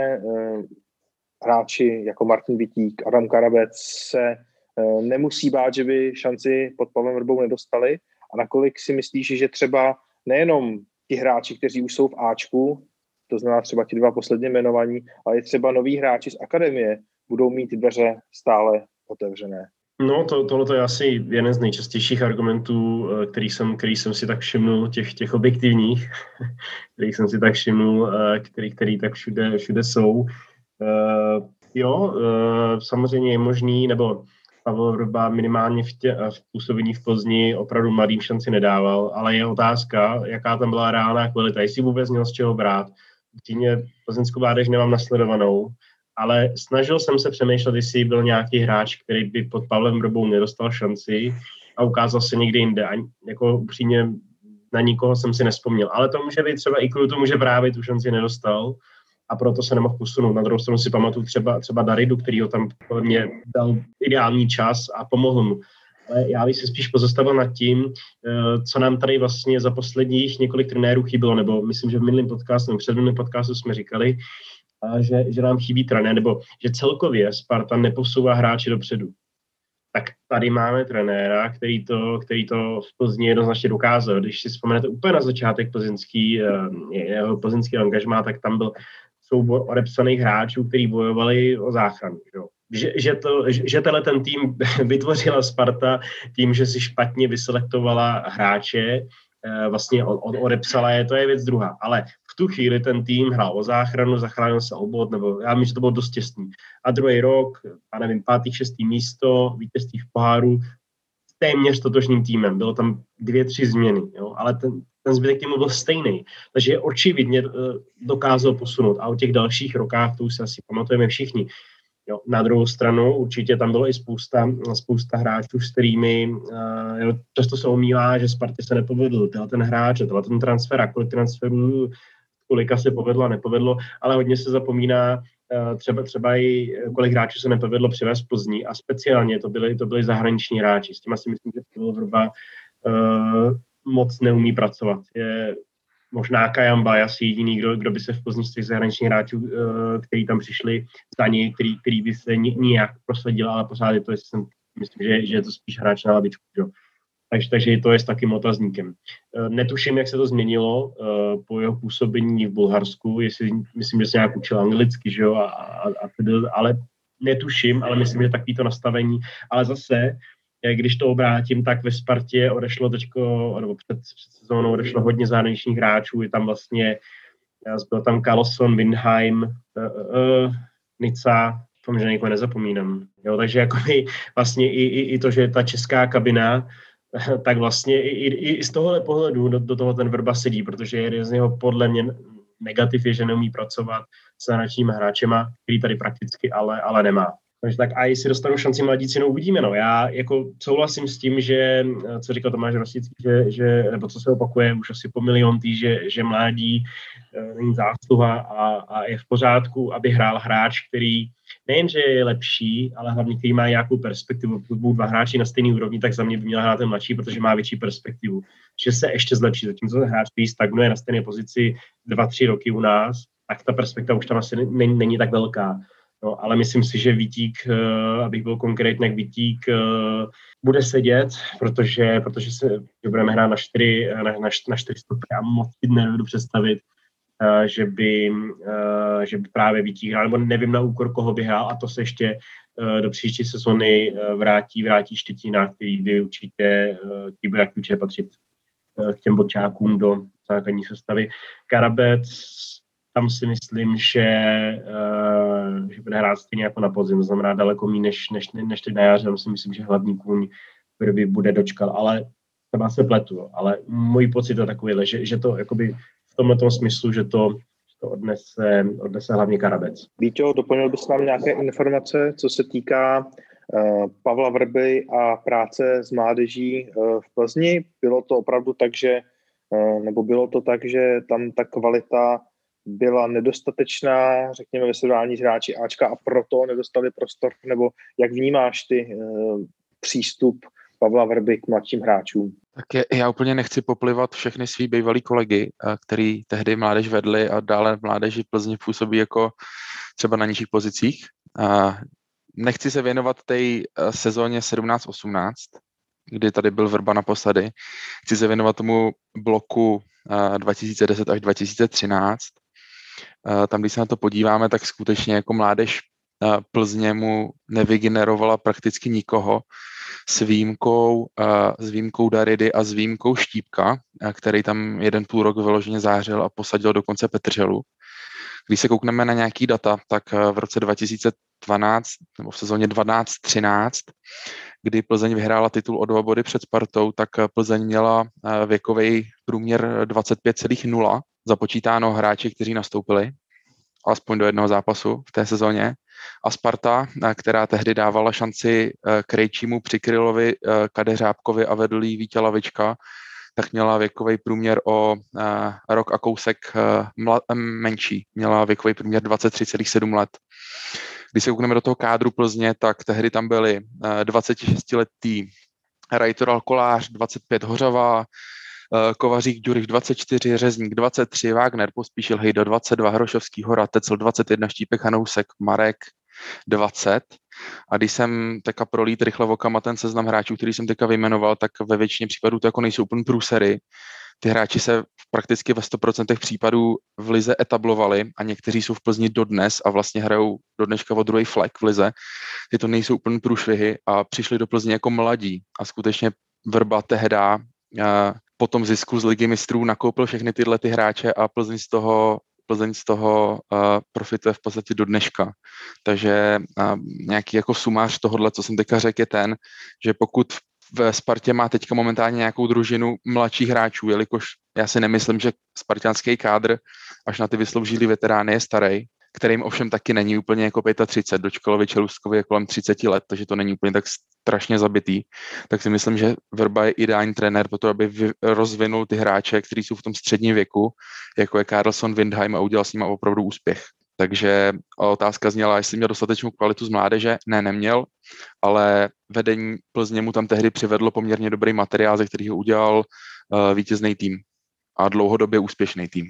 hráči jako Martin Vitík, Adam Karabec se nemusí bát, že by šanci pod Pavlem Vrbou nedostali? A nakolik si myslíš, že třeba nejenom ti hráči, kteří už jsou v Ačku, to znamená třeba ti dva posledně jmenovaní, ale i třeba noví hráči z akademie budou mít dveře stále otevřené? No, to, tohle je asi jeden z nejčastějších argumentů, který jsem, který jsem si tak všimnul, těch, těch objektivních, který jsem si tak všimnul, který, který tak všude, všude jsou. Uh, jo, uh, samozřejmě je možný, nebo Pavel Vrba minimálně v, tě, v působení v Plzni opravdu mladým šanci nedával, ale je otázka, jaká tam byla reálná kvalita, jestli vůbec měl z čeho brát. Upřímně plzeňskou mládež nemám nasledovanou, ale snažil jsem se přemýšlet, jestli byl nějaký hráč, který by pod Pavlem Vrbou nedostal šanci a ukázal se někde jinde. A jako upřímně na nikoho jsem si nespomněl. Ale to může být třeba i kvůli tomu, že právě tu šanci nedostal a proto se nemohl posunout. Na druhou stranu si pamatuju třeba, třeba Daridu, který ho tam podle mě dal ideální čas a pomohl mu. Ale já bych se spíš pozastavil nad tím, co nám tady vlastně za posledních několik trenérů chybilo, nebo myslím, že v minulém podcastu, nebo před minulým podcastu jsme říkali, že, že nám chybí trenér, nebo že celkově Sparta neposouvá hráče dopředu. Tak tady máme trenéra, který to, který to v Plzni jednoznačně dokázal. Když si vzpomenete úplně na začátek plzeňský, jeho plzeňský angažmá, tak tam byl soubor odepsaných hráčů, kteří bojovali o záchranu. Jo. Že, že, to, že tenhle ten tým vytvořila Sparta tím, že si špatně vyselektovala hráče, vlastně odepsala je, to je věc druhá. Ale v tu chvíli ten tým hrál o záchranu, zachránil se o bod, nebo já myslím, že to bylo dost těsný. A druhý rok, a nevím, pátý, šestý místo, vítězství v poháru, téměř totožným týmem. Bylo tam dvě, tři změny, jo? Ale ten, ten zbytek týmu byl stejný. Takže očividně uh, dokázal posunout. A o těch dalších rokách, to už se asi pamatujeme všichni. Jo, na druhou stranu určitě tam bylo i spousta, spousta hráčů, s kterými uh, jo, často se omílá, že Spartě se nepovedl tenhle ten hráč, tenhle ten transfer, a kolik transferů, kolika se povedlo a nepovedlo, ale hodně se zapomíná uh, třeba, třeba i kolik hráčů se nepovedlo přivést z Plzni a speciálně to byli, to byli zahraniční hráči. S tím asi myslím, že Pavel Vrba uh, moc neumí pracovat. Je možná Kajamba je asi jediný, kdo, kdo by se v Plzni z těch zahraničních hráčů, který tam přišli za něj, který, který by se nijak prosadil, ale pořád je to, jestli jsem, myslím, že, že je to spíš hráč na lavičku. Jo. Takže, takže to je s takým otazníkem. Netuším, jak se to změnilo po jeho působení v Bulharsku, jestli, myslím, že se nějak učil anglicky, že jo, a, a, a tedy, ale netuším, ale myslím, že takový to nastavení, ale zase když to obrátím, tak ve Spartě odešlo teďko, nebo před, před sezónou odešlo hodně zahraničních hráčů, je tam vlastně, byl tam Carlson, Windheim, uh, uh, Nica, tom, že někoho nezapomínám. Jo, takže jakoby vlastně i, i, i to, že ta česká kabina, tak vlastně i, i, i z tohohle pohledu do, do toho ten Vrba sedí, protože jeden z něho podle mě negativ je, že neumí pracovat s zahraničními hráčema, který tady prakticky ale, ale nemá. Takže tak a jestli dostanou šanci mladíci, no uvidíme. No. Já jako souhlasím s tím, že, co říkal Tomáš Rosický, že, že, nebo co se opakuje už asi po milion tý, že, že mládí e, není zásluha a, a je v pořádku, aby hrál hráč, který nejen, že je lepší, ale hlavně, který má nějakou perspektivu. Pokud budou dva hráči na stejný úrovni, tak za mě by měl hrát ten mladší, protože má větší perspektivu. Že se ještě zlepší. Zatímco ten hráč, který stagnuje na stejné pozici dva, tři roky u nás, tak ta perspektiva už tam asi není, není tak velká. No, ale myslím si, že Vítík, uh, abych byl konkrétní, jak Vítík uh, bude sedět, protože, protože se že budeme hrát na čtyři, na, na, na čtyři stopy a moc si nedovedu představit, uh, že, by, uh, že by právě Vítík hrál, nebo nevím na úkor, koho by hrál, a to se ještě uh, do příští sezony uh, vrátí, vrátí Štětina, který by určitě, uh, který bude jak určitě patřit uh, k těm bodčákům do základní sestavy. Karabec, tam si myslím, že, uh, že bude hrát stejně jako na podzim, to znamená daleko méně než, než, než teď na jaře. Tam si myslím, že hlavní kůň by bude dočkal, ale třeba se pletu. Ale můj pocit je takový, že, že to jakoby v tomhle smyslu, že to, že to odnese, odnese hlavně Karabec. Víťo, doplnil bys nám nějaké informace, co se týká uh, Pavla Vrby a práce s mládeží uh, v Plzni? Bylo to opravdu tak, že, uh, nebo bylo to tak, že tam ta kvalita byla nedostatečná, řekněme, ve srovnání s hráči Ačka a proto nedostali prostor, nebo jak vnímáš ty uh, přístup Pavla Vrby k mladším hráčům? Tak je, já úplně nechci poplivat všechny svý bývalý kolegy, který tehdy mládež vedli a dále v mládeži Plzně působí jako třeba na nižších pozicích. A nechci se věnovat té sezóně sedmnáct osmnáct, kdy tady byl Vrba naposledy. Chci se věnovat tomu bloku dva tisíce deset až dva tisíce třináct. Tam, když se na to podíváme, tak skutečně jako mládež Plzně mu nevygenerovala prakticky nikoho s výjimkou, s výjimkou Daridy a s výjimkou Štípka, který tam jeden půl rok vyloženě zářil a posadil dokonce Petrželu. Když se koukneme na nějaký data, tak v roce dva tisíce dvanáct nebo v sezóně dvanáct třináct, kdy Plzeň vyhrála titul o dva body před Spartou, tak Plzeň měla věkový průměr dvacet pět celá nula, započítáno hráči, kteří nastoupili alespoň do jednoho zápasu v té sezóně. A Sparta, která tehdy dávala šanci Krejčímu, Přikrylovi, Kadeřábkovi a vedl jí Vítě Lavička, tak měla věkový průměr o rok a kousek menší. Měla věkový průměr dvacet tři celá sedm let. Když se koukneme do toho kádru Plzně, tak tehdy tam byli dvacetišestiletý Rajtoral Kolář, dvacet pět Hořava, Kovařík Ďurich dvacet čtyři, Řezník dvacet tři, Wagner, Pospíšil Hejda dvacet dva, Hrošovský Hora, Tecl dvacet jedna, Štípek Hanousek, Marek dvacet. A když jsem teďka prolít rychle okama ten seznam hráčů, který jsem teďka vyjmenoval, tak ve většině případů to jako nejsou úplně průsery. Ty hráči se prakticky ve sto procent případů v lize etablovali a někteří jsou v Plzni dodnes a vlastně hrajou do dneška o druhý flek v lize. Ty to nejsou úplně průšvihy a přišli do Plzně jako mladí a skutečně Vrba tehda po tom zisku z Ligy mistrů nakoupil všechny tyhle ty hráče a Plzeň z toho, Plzeň z toho uh, profituje v podstatě do dneška. Takže uh, nějaký jako sumář tohohle, co jsem teďka řekl, je ten, že pokud ve Spartě má teďka momentálně nějakou družinu mladších hráčů, jelikož já si nemyslím, že spartianský kádr až na ty vysloužilý veterány je starý, kterým ovšem taky není úplně jako třicet pět, Dočkalovi Čelůstkovi je kolem třicet let, takže to není úplně tak strašně zabitý, tak si myslím, že Vrba je ideální trenér pro to, aby rozvinul ty hráče, kteří jsou v tom středním věku, jako je Karlsson, Windheim, a udělal s nimi opravdu úspěch. Takže otázka zněla, jestli měl dostatečnou kvalitu z mládeže. Ne, neměl, ale vedení Plzně mu tam tehdy přivedlo poměrně dobrý materiál, ze kterého udělal uh, vítězný tým a dlouhodobě úspěšný tým.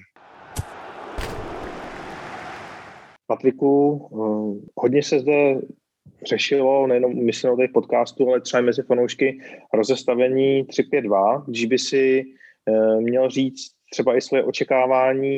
Patriku, hodně se zde řešilo, nejenom myslím o těch podcastu, ale třeba mezi fanoušky rozestavení tři pět dva. Když by si měl říct třeba i svoje očekávání,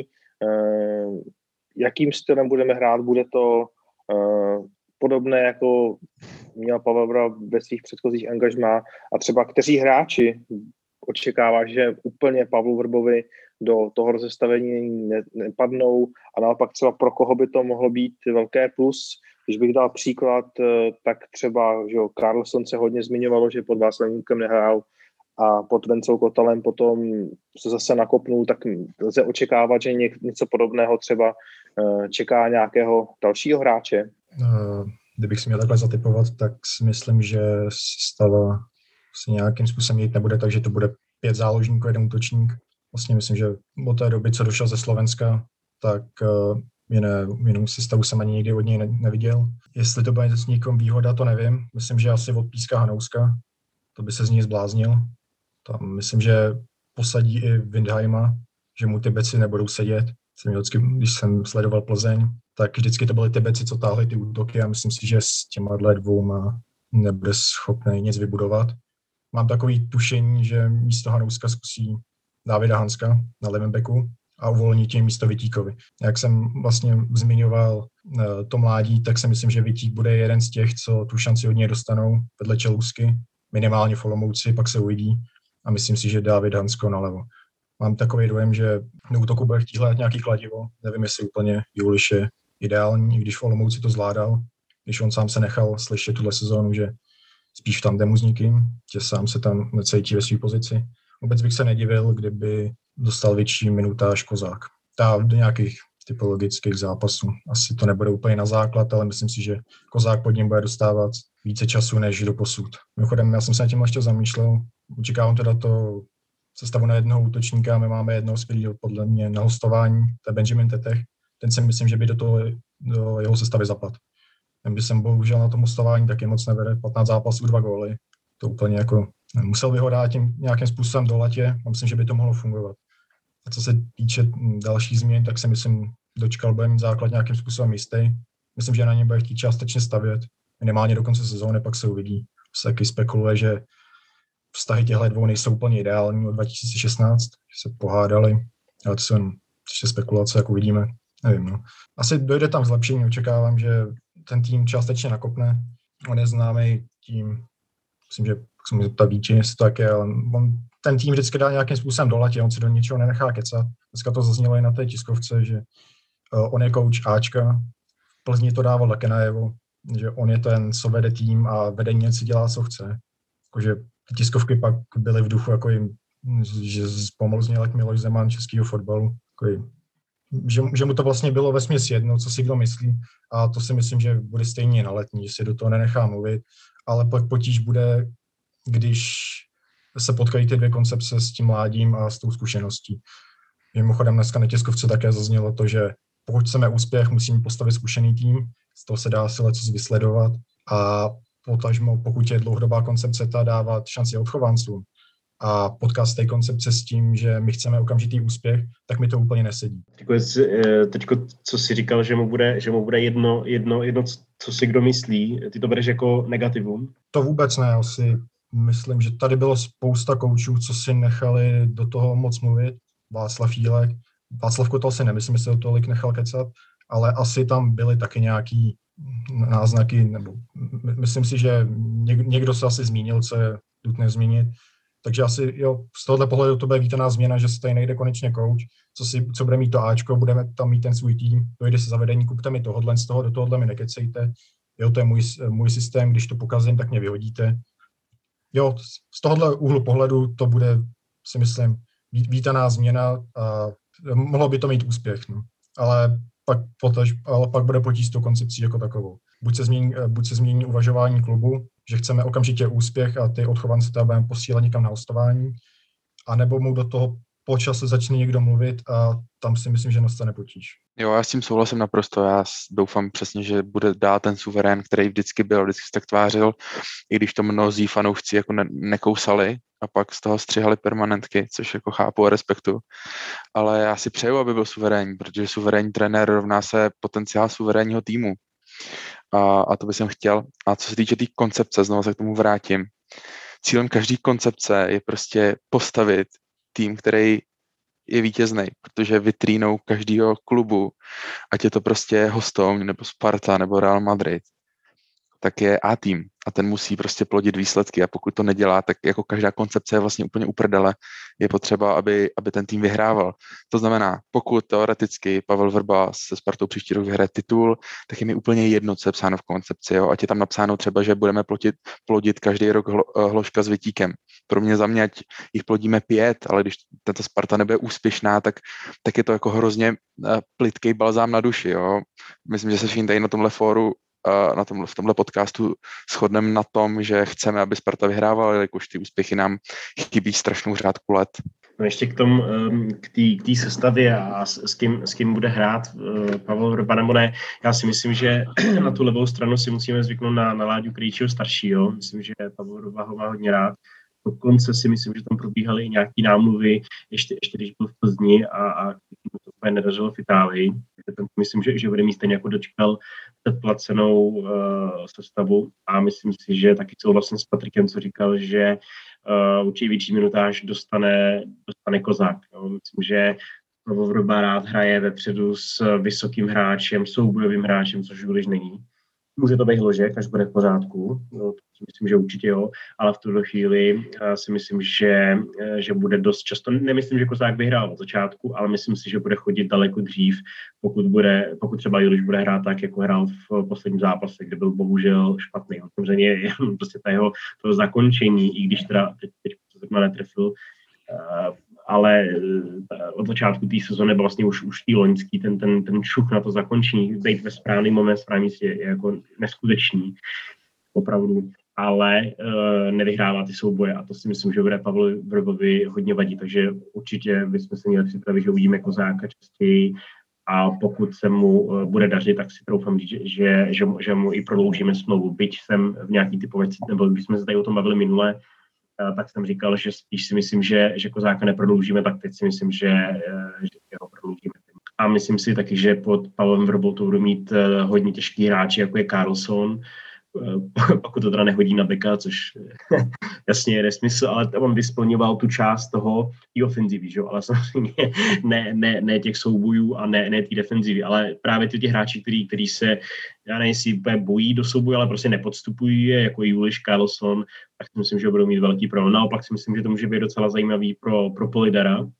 jakým stylem budeme hrát, bude to podobné, jako měl Pavel Vrba ve svých předchozích angažmá a třeba kteří hráči očekává, že úplně Pavlu Vrbovi do toho rozestavení ne, nepadnou a naopak třeba pro koho by to mohlo být velké plus. Když bych dal příklad, tak třeba, že Karlsson se hodně zmiňovalo, že pod Václavníkem nehrál a pod Vencou Kotalem potom se zase nakopnul, tak lze očekávat, že něco podobného třeba čeká nějakého dalšího hráče. Kdybych si měl takhle zatipovat, tak si myslím, že stava se nějakým způsobem jít nebude, takže to bude pět záložníků, jeden útočník. Vlastně myslím, že od té doby, co došel ze Slovenska, tak jiné, jinou sestavu jsem ani nikdy od něj ne, neviděl. Jestli to bude s někým výhoda, to nevím. Myslím, že asi odpíská Hanouska, to by se z ní zbláznil. Tam myslím, že posadí i Windheima, že mu ty beci nebudou sedět. Jsem vždycky, když jsem sledoval Plzeň, tak vždycky to byly ty beci, co táhly ty útoky a myslím si, že s těma dvouma nebude schopný nic vybudovat. Mám takový tušení, že místo Hanouska zkusí Davida Hanska na levém beku a uvolní tím místo Vitíkovi. Jak jsem vlastně zmiňoval to mládí, tak si myslím, že Vitík bude jeden z těch, co tu šanci od něj dostanou vedle Čelusky, minimálně v Olomouci, pak se uvidí a myslím si, že David Hansko nalevo. Mám takový dojem, že do útoku bude chtít hledat nějaký kladivo. Nevím, jestli úplně Juliš je ideální, i když v Olomouci to zvládal, když on sám se nechal slyšet tuhle sezónu, že spíš tam jdemu s nikým, že sám se tam necítí ve své pozici. Vůbec bych se nedivil, kdyby dostal větší minutáž Kozák. Ta do nějakých typologických zápasů. Asi to nebude úplně na základ, ale myslím si, že Kozák pod ním bude dostávat více času než do posud. Mimochodem, já jsem se na tím ještě zamýšlel. Očekávám teda to sestavu na jednoho útočníka. My máme jednoho skvělého podle mě na hostování, to je Benjamin Tetech. Ten si myslím, že by do toho do jeho sestavy zapadl. Ten by jsem bohužel na tom hostování taky moc nevede. patnáct zápasů, dva góly. To úplně jako musel by ho dát tím nějakým způsobem do latě a myslím, že by to mohlo fungovat. A co se týče dalších změn, tak si myslím, Dočkal bude mít základ nějakým způsobem jistý. Myslím, že na ně bude chtít částečně stavět. Minimálně do konce sezóny, pak se uvidí. Se taky spekuluje, že vztahy těchto dvou nejsou úplně ideální od dva tisíce šestnáct, že se pohádali, ale to jsou jen ještě spekulace, jak uvidíme. Nevím, no. Asi dojde tam zlepšení, očekávám, že ten tým částečně nakopne. On je známý tím, myslím, že se mu zeptat Víti, jestli to tak je, ale on ten tým vždycky dá nějakým způsobem do latě, on si do ničeho nenechá kecat. Dneska to zaznělo i na té tiskovce, že uh, on je kouč Ačka, v Plzni to dával také najevo, že on je ten, co vede tým a vedení si dělá, co chce. Jakože ty tiskovky pak byly v duchu, jako jim, že pomalu zněl jak Miloš Zeman českého fotbalu, jako že, že mu to vlastně bylo vesměs jedno, co si kdo myslí, a to si myslím, že bude stejně na letní, že si do toho nenechá mluvit, ale pak potíž bude, když se potkají ty dvě koncepce s tím mládím a s tou zkušeností. Mimochodem dneska na tiskovce také zaznělo to, že pokud chceme úspěch, musíme postavit zkušený tým, z toho se dá si lecos vysledovat a potažmo, pokud je dlouhodobá koncepce, ta dávat šanci odchovancům a potkat z té koncepce s tím, že my chceme okamžitý úspěch, tak mi to úplně nesedí. Teďko, co jsi říkal, že mu bude, že mu bude jedno, jedno, jedno, co si kdo myslí, ty to bereš jako negativum? To vůbec ne, asi myslím, že tady bylo spousta koučů, co si nechali do toho moc mluvit. Václav Jílek, Václav Kotal si nemyslím, že se to tolik nechal kecat, ale asi tam byly taky nějaký náznaky, nebo myslím si, že někdo se asi zmínil, co je nutné zmínit. Takže asi jo, z tohohle pohledu to bude vítaná změna, že se tady nejde konečně kouč, co, si, co bude mít to Ačko, budeme tam mít ten svůj tým, dojde se zavedení, kupte mi tohodle, z toho do tohohle mi nekecejte, jo, to je můj, můj systém, když to pokazím, tak mě vyhodíte. Jo, z tohohle úhlu pohledu to bude, si myslím, vítaná změna a mohlo by to mít úspěch, no. Ale pak, potaž, ale pak bude potíž s tou koncepcí jako takovou. Buď se, změní, buď se změní uvažování klubu, že chceme okamžitě úspěch a ty odchovance teda budeme posílat někam na hostování, anebo mu do toho po čase začne někdo mluvit a tam si myslím, že nastane potíž. Jo, já s tím souhlasím naprosto. Já doufám přesně, že bude dál ten suverén, který vždycky byl, vždycky se tak tvářil, i když to mnozí fanoušci jako ne- nekousali a pak z toho střihali permanentky, což jako chápu a respektu. Ale já si přeju, aby byl suverénní, protože suverénní trenér rovná se potenciál suverénního týmu. A, a to bych jsem chtěl. A co se týče té tý koncepce, znovu se k tomu vrátím. Cílem každé koncepce je prostě postavit tým, který je vítězný, protože vitrínou každého klubu, ať je to prostě Hostovň, nebo Sparta, nebo Real Madrid, tak je A tým a ten musí prostě plodit výsledky a pokud to nedělá, tak jako každá koncepce je vlastně úplně uprdele. Je potřeba, aby, aby ten tým vyhrával. To znamená, pokud teoreticky Pavel Vrba se Spartou příští rok vyhraje titul, tak je mi úplně jedno, co je psáno v koncepci. Jo? Ať je tam napsáno třeba, že budeme plodit, plodit každý rok hlo, hložka s Vitíkem. Pro mě za mě, ať jich plodíme pět, ale když tato Sparta nebude úspěšná, tak, tak je to jako hrozně plytkej balzám na duši. Jo? Myslím, že se všichni tady na tomhle fóru na tom, v tomhle podcastu shodneme na tom, že chceme, aby Sparta vyhrávala, jakož ty úspěchy nám chybí strašnou řádku let. No ještě k tomu, k té k té sestavě a s, s, kým, s kým bude hrát Pavel Vrba nebo ne. Já si myslím, že na tu levou stranu si musíme zvyknout na, na Láďu Krejčího staršího. Myslím, že Pavel Vrba ho má hodně rád. Dokonce si myslím, že tam probíhaly i nějaký námluvy, ještě, ještě když byl v Plzni a, a to úplně nedařilo v Itálii. Tam myslím, že, že bude mít stejně jako Dočkal předplacenou uh, sestavu a myslím si, že taky souhlasím s Patrikem, co říkal, že uh, určitě větší minutáž dostane, dostane Kozák. Jo. Myslím, že Pavel Vrba rád hraje vepředu s vysokým hráčem, soubojovým hráčem, což už není. Může to být Hložek, až bude v pořádku, no, to myslím, že určitě jo, ale v tuto chvíli uh, si myslím, že, uh, že bude dost často, nemyslím, že Kozák by hrál od začátku, ale myslím si, že bude chodit daleko dřív, pokud, bude, pokud třeba Juliš bude hrát tak, jako hrál v posledním zápase, kde byl bohužel špatný. Samozřejmě je prostě ta jeho toho zakončení, i když teda teď, teď se zrovna netrefil, uh, ale od začátku té sezóny byl vlastně už, už tý loňský, ten, ten, ten šup na to zakončení, být ve správný moment, správný je, je jako neskutečný, opravdu, ale uh, nevyhrává ty souboje a to si myslím, že bude Pavlu Vrbovi hodně vadí, takže určitě bychom se měli připravit, že uvidíme Kozáka častěji a pokud se mu uh, bude dařit, tak si troufám říct, že, že, že, že mu i prodloužíme smlouvu, byť jsem v nějaký typovací, nebo když jsme se tady o tom bavili minule, tak jsem říkal, že spíš si myslím, že, že Kozáka neprodloužíme, tak teď si myslím, že, že ho prodloužíme. A myslím si taky, že pod Pavlem Vrbou to budou mít hodně těžký hráči, jako je Karlsson, pokud to teda nehodí na beka, což jasně je nesmysl, ale on by splňoval tu část toho i ofenzivy, že? Ale samozřejmě ne, ne, ne těch soubojů a ne, ne té defenzivy, ale právě ty, ty hráči, který, který se, já nevím, jestli úplně bojí do souboje, ale prostě nepodstupují je, jako Juliš, Karlsson, tak si myslím, že budou mít velký problém. Naopak si myslím, že to může být docela zajímavý pro, pro Polydara. Uh,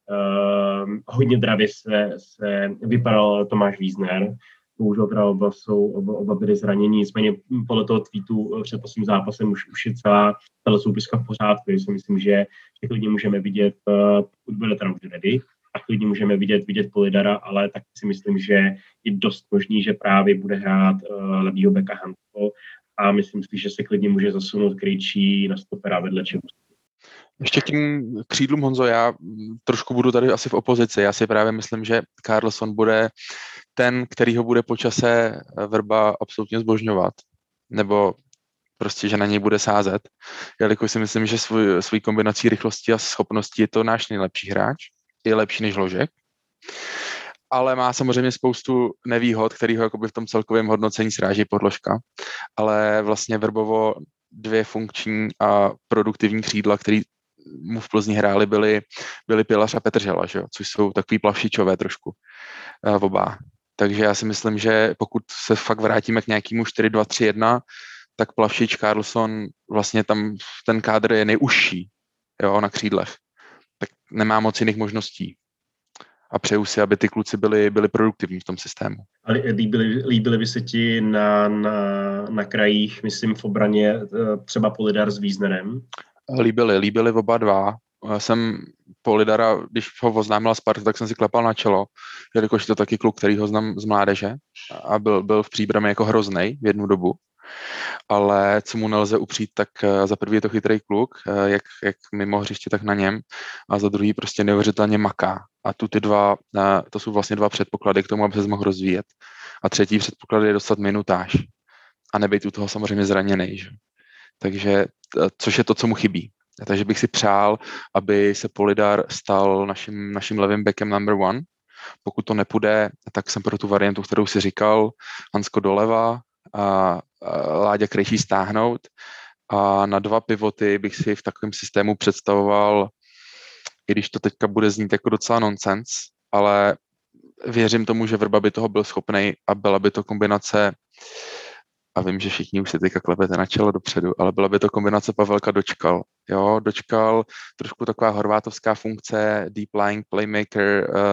hodně dravě se, se vypadal Tomáš Wiesner, bohužel teda oba, jsou, oba, oba byli zranění, nicméně podle toho tweetu před posledním zápasem už, už je celá, celá soupiska v pořádku, takže si myslím, že, že klidně můžeme vidět, pokud bude teda už ready, tak klidně můžeme vidět, vidět Polydara, ale tak si myslím, že je dost možný, že právě bude hrát uh, levýho beka Hansko a myslím si, že se klidně může zasunout Krejčí na stopera vedle Čebuska. Ještě k tím křídlům, Honzo, já trošku budu tady asi v opozici. Já si právě myslím, že Karlsson bude ten, který ho bude po čase Vrba absolutně zbožňovat. Nebo prostě, že na něj bude sázet. Jelikož si myslím, že svůj, svůj kombinací rychlosti a schopnosti je to náš nejlepší hráč. Je lepší než Hložek. Ale má samozřejmě spoustu nevýhod, který ho jakoby v tom celkovém hodnocení sráží podložka. Ale vlastně Vrbovo dvě funkční a produktivní křídla, který mu v Plzni hráli, byli, byli Pilař a Petržela, že jo? Což jsou takový plavšičové trošku v oba. Takže já si myslím, že pokud se fakt vrátíme k nějakému čtyři dva tři jedna, tak Plavšič, Karlsson, vlastně tam ten kádr je nejužší, jo, na křídlech. Tak nemá moc jiných možností. A přeju si, aby ty kluci byli, byli produktivní v tom systému. Ale líbily, líbily by se ti na, na, na krajích, myslím v obraně, třeba Polydar s Wiesnerem? Líbily, líbily oba dva. Jsem Polydara, když ho oznámila Sparta, tak jsem si klepal na čelo, jelikož to taky kluk, který ho znám z mládeže a byl, byl v Příbrami jako hroznej v jednu dobu. Ale co mu nelze upřít, tak za prvý je to chytrý kluk, jak, jak mimo hřiště, tak na něm, a za druhý prostě neuvěřitelně maká. A tu ty dva, to jsou vlastně dva předpoklady k tomu, aby se mohl rozvíjet. A třetí předpoklad je dostat minutáž a nebejt u toho samozřejmě zraněnej. Že? Takže, což je to, co mu chybí. Takže bych si přál, aby se Polydar stal naším, naším levým backem number one. Pokud to nepůjde, tak jsem pro tu variantu, kterou si říkal, Hansko doleva, a Láďa Krejčí stáhnout a na dva pivoty bych si v takovém systému představoval, i když to teďka bude znít jako docela nonsens, ale věřím tomu, že Vrba by toho byl schopnej a byla by to kombinace, a vím, že všichni už se teďka klepete na čelo dopředu, ale byla by to kombinace Pavelka Dočkal. Jo, Dočkal, trošku taková horvátovská funkce, deep lying playmaker, uh,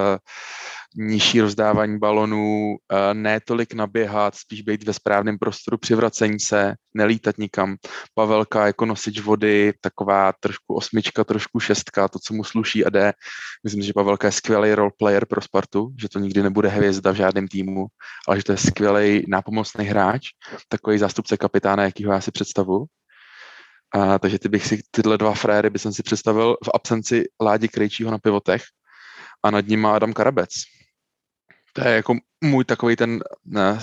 nižší rozdávání balonů, uh, ne tolik naběhat, spíš být ve správném prostoru při vracení se, nelítat nikam. Pavelka jako nosič vody, taková trošku osmička, trošku šestka, to, co mu sluší a jde. Myslím, že Pavelka je skvělý role player pro Spartu, že to nikdy nebude hvězda v žádném týmu, ale že to je skvělý nápomocný hráč, takový zástupce kapitána, jakýho já si představuji. A, takže ty bych si, tyhle dva fréry bych si představil v absenci Ládi Krejčího na pivotech a nad ním má Adam Karabec. To je jako můj takový ten ne,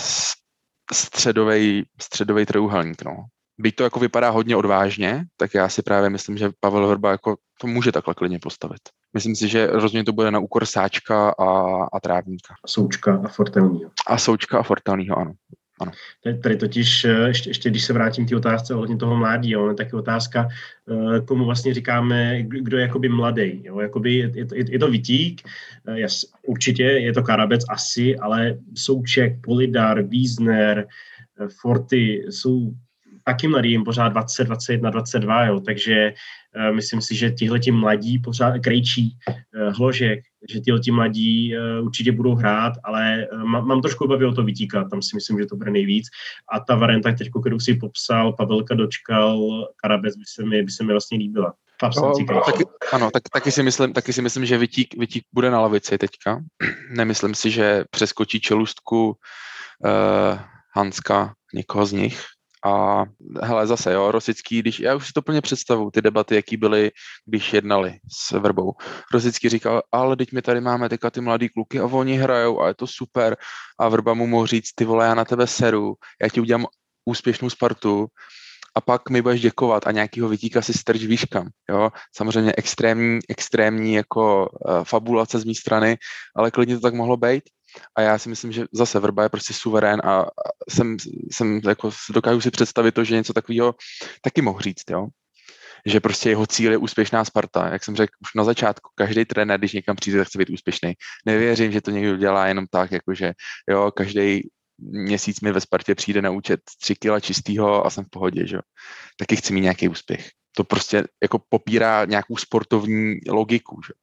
středovej, středovej trojúhelník, no. Byť to jako vypadá hodně odvážně, tak já si právě myslím, že Pavel Vrba jako to může takhle klidně postavit. Myslím si, že rozhodně to bude na úkor Sáčka a, a Trávníka. Součka a Fortelního. A Součka a Fortelního, ano. ano. Tady, tady totiž, ještě, ještě když se vrátím k té otázce ohledně toho mládí, jo, je taky otázka, komu vlastně říkáme, kdo je jakoby mladý. Jo, jakoby je, je, je to Vitík, jas, určitě je to Karabec asi, ale Souček, Polidar, Wiesner, Forty jsou taky mladí, jim pořád dvacet, dvacet jedna, dvacet dva, jo, takže uh, myslím si, že tihleti mladí, pořád Krejčí, uh, Hložek, že tihleti mladí uh, určitě budou hrát, ale uh, mám, mám trošku obavy o to Vitíka, tam si myslím, že to bude nejvíc. A ta varianta, kterou kterou si popsal, Pavelka dočkal, Karabec by se mi, by se mi vlastně líbila. No, taky, ano, tak, taky, si myslím, taky si myslím, že Vitík, Vitík bude na lavici teďka. Nemyslím si, že přeskočí čelustku uh, Hanska, někoho z nich. A hele, zase, jo, Rosický, když, já už si to plně představuji, ty debaty, jaký byly, když jednali s Vrbou. Rosický říkal, ale teď my tady máme teďka ty mladý kluky a oni hrajou a je to super. A Vrba mu mohl říct, ty vole, já na tebe seru, já ti udělám úspěšnou Spartu a pak mi budeš děkovat a nějakýho Vitíka si strč víš kam, jo. Samozřejmě extrémní, extrémní jako uh, fabulace z mé strany, ale klidně to tak mohlo být. A já si myslím, že zase Vrba je prostě suverén a jsem, jsem jako dokážu si představit to, že něco takového taky mohl říct, jo. Že prostě jeho cíl je úspěšná Sparta. Jak jsem řekl už na začátku, každý trenér, když někam přijde, tak chce být úspěšný. Nevěřím, že to někdo dělá jenom tak, jakože jo, každý měsíc mi ve Spartě přijde na účet tři kila čistýho a jsem v pohodě, že jo. Taky chci mít nějaký úspěch. To prostě jako popírá nějakou sportovní logiku, že.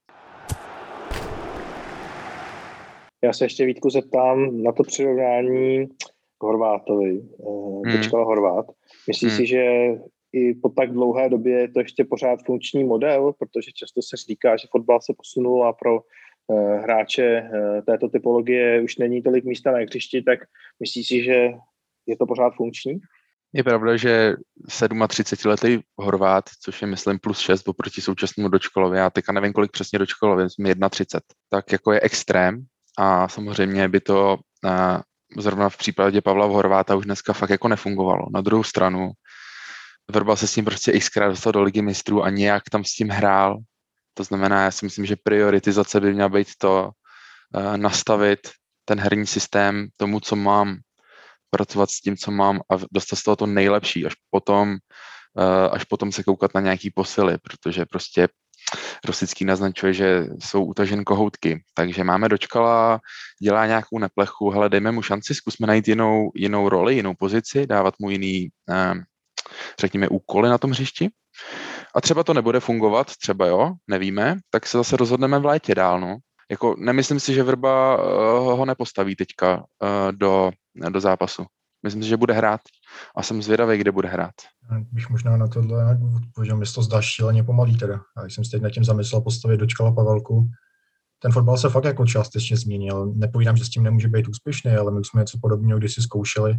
Já se ještě Vítku zeptám na to přirovnání k Horvátovi. Dočkal hmm. Horvát. Myslíš hmm. si, že i po tak dlouhé době je to ještě pořád funkční model, protože často se říká, že fotbal se posunul a pro uh, hráče uh, této typologie už není tolik místa na hřišti, tak myslíš si, že je to pořád funkční? Je pravda, že třicetisedmiletý Horvát, což je myslím plus šest oproti současnému Dočkalovi, já teďka nevím, kolik přesně Dočkalovi, myslím třicet jedna, tak jako je extrém. A samozřejmě by to uh, zrovna v případě Pavla Horváta už dneska fakt jako nefungovalo. Na druhou stranu Vrba se s tím prostě xkrát dostal do Ligy mistrů a nějak tam s tím hrál. To znamená, já si myslím, že prioritizace by měla být to uh, nastavit ten herní systém tomu, co mám, pracovat s tím, co mám a dostat z toho to nejlepší, až potom, uh, až potom se koukat na nějaký posily, protože prostě Rosický naznačuje, že jsou utažen kohoutky, takže máme Dočkala, dělá nějakou neplechu, hele, dejme mu šanci, zkusme najít jinou, jinou roli, jinou pozici, dávat mu jiný, eh, řekněme, úkoly na tom hřišti. A třeba to nebude fungovat, třeba jo, nevíme, tak se zase rozhodneme v létě dál, no. Jako nemyslím si, že Vrba uh, ho nepostaví teďka uh, do, do zápasu. Myslím si, že bude hrát a jsem zvědavý, kde bude hrát. Bych možná na tohle odpověděl, mě to zdá šíleně pomalý teda. A když jsem si teď nad tím zamyslel postavit Dočkala Pavelku, ten fotbal se fakt jako částečně změnil. Nepovídám, že s tím nemůže být úspěšný, ale my jsme něco podobného kdysi zkoušeli.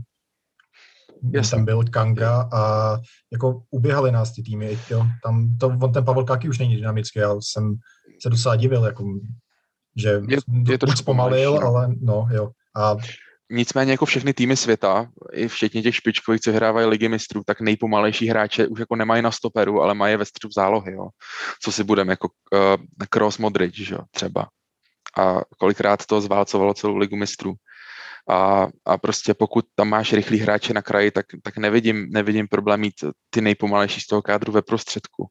Yes. Tam byl Kanga a jako uběhali nás ty týmy. Jo. Tam to, on ten Pavelka už není dynamický, já jsem se docela divil, jako, že je, je to zpomalil, ale no jo. A nicméně jako všechny týmy světa, i včetně těch špičkových, co hrávají Ligy mistrů, tak nejpomalejší hráče už jako nemají na stoperu, ale mají ve středu zálohy, jo. Co si budeme, jako uh, Kroos, Modric, jo, třeba. A kolikrát to zválcovalo celou Ligu mistrů. A, a prostě pokud tam máš rychlý hráče na kraji, tak, tak nevidím, nevidím problém mít ty nejpomalejší z toho kádru ve prostředku,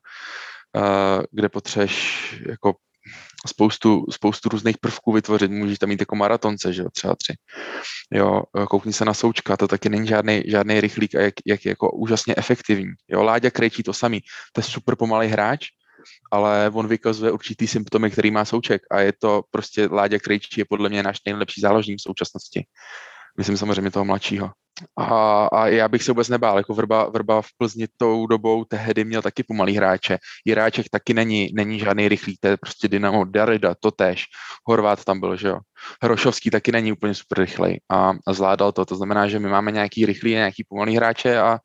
uh, kde potřebuješ jako spoustu, spoustu různých prvků vytvořit, můžeš tam mít jako maratonce, že jo, třeba tři. Jo, koukni se na Součka, to taky není žádný, žádný rychlík a jak, jak je jako úžasně efektivní. Jo, Láďa Krejčí to samý, to je super pomalý hráč, ale on vykazuje určitý symptomy, který má Souček a je to prostě Láďa Krejčí je podle mě náš nejlepší záložník v současnosti. Myslím samozřejmě toho mladšího. A, a já bych se vůbec nebál, jako Vrba, Vrba v Plzni tou dobou tehdy měl taky pomalý hráče. Jiráček taky není, není žádný rychlý, to je prostě Dynamo, Darida, totéž. Horvát tam byl, že jo. Hrošovský taky není úplně super rychlej a, a zvládal to. To znamená, že my máme nějaký rychlý a nějaký pomalý hráče a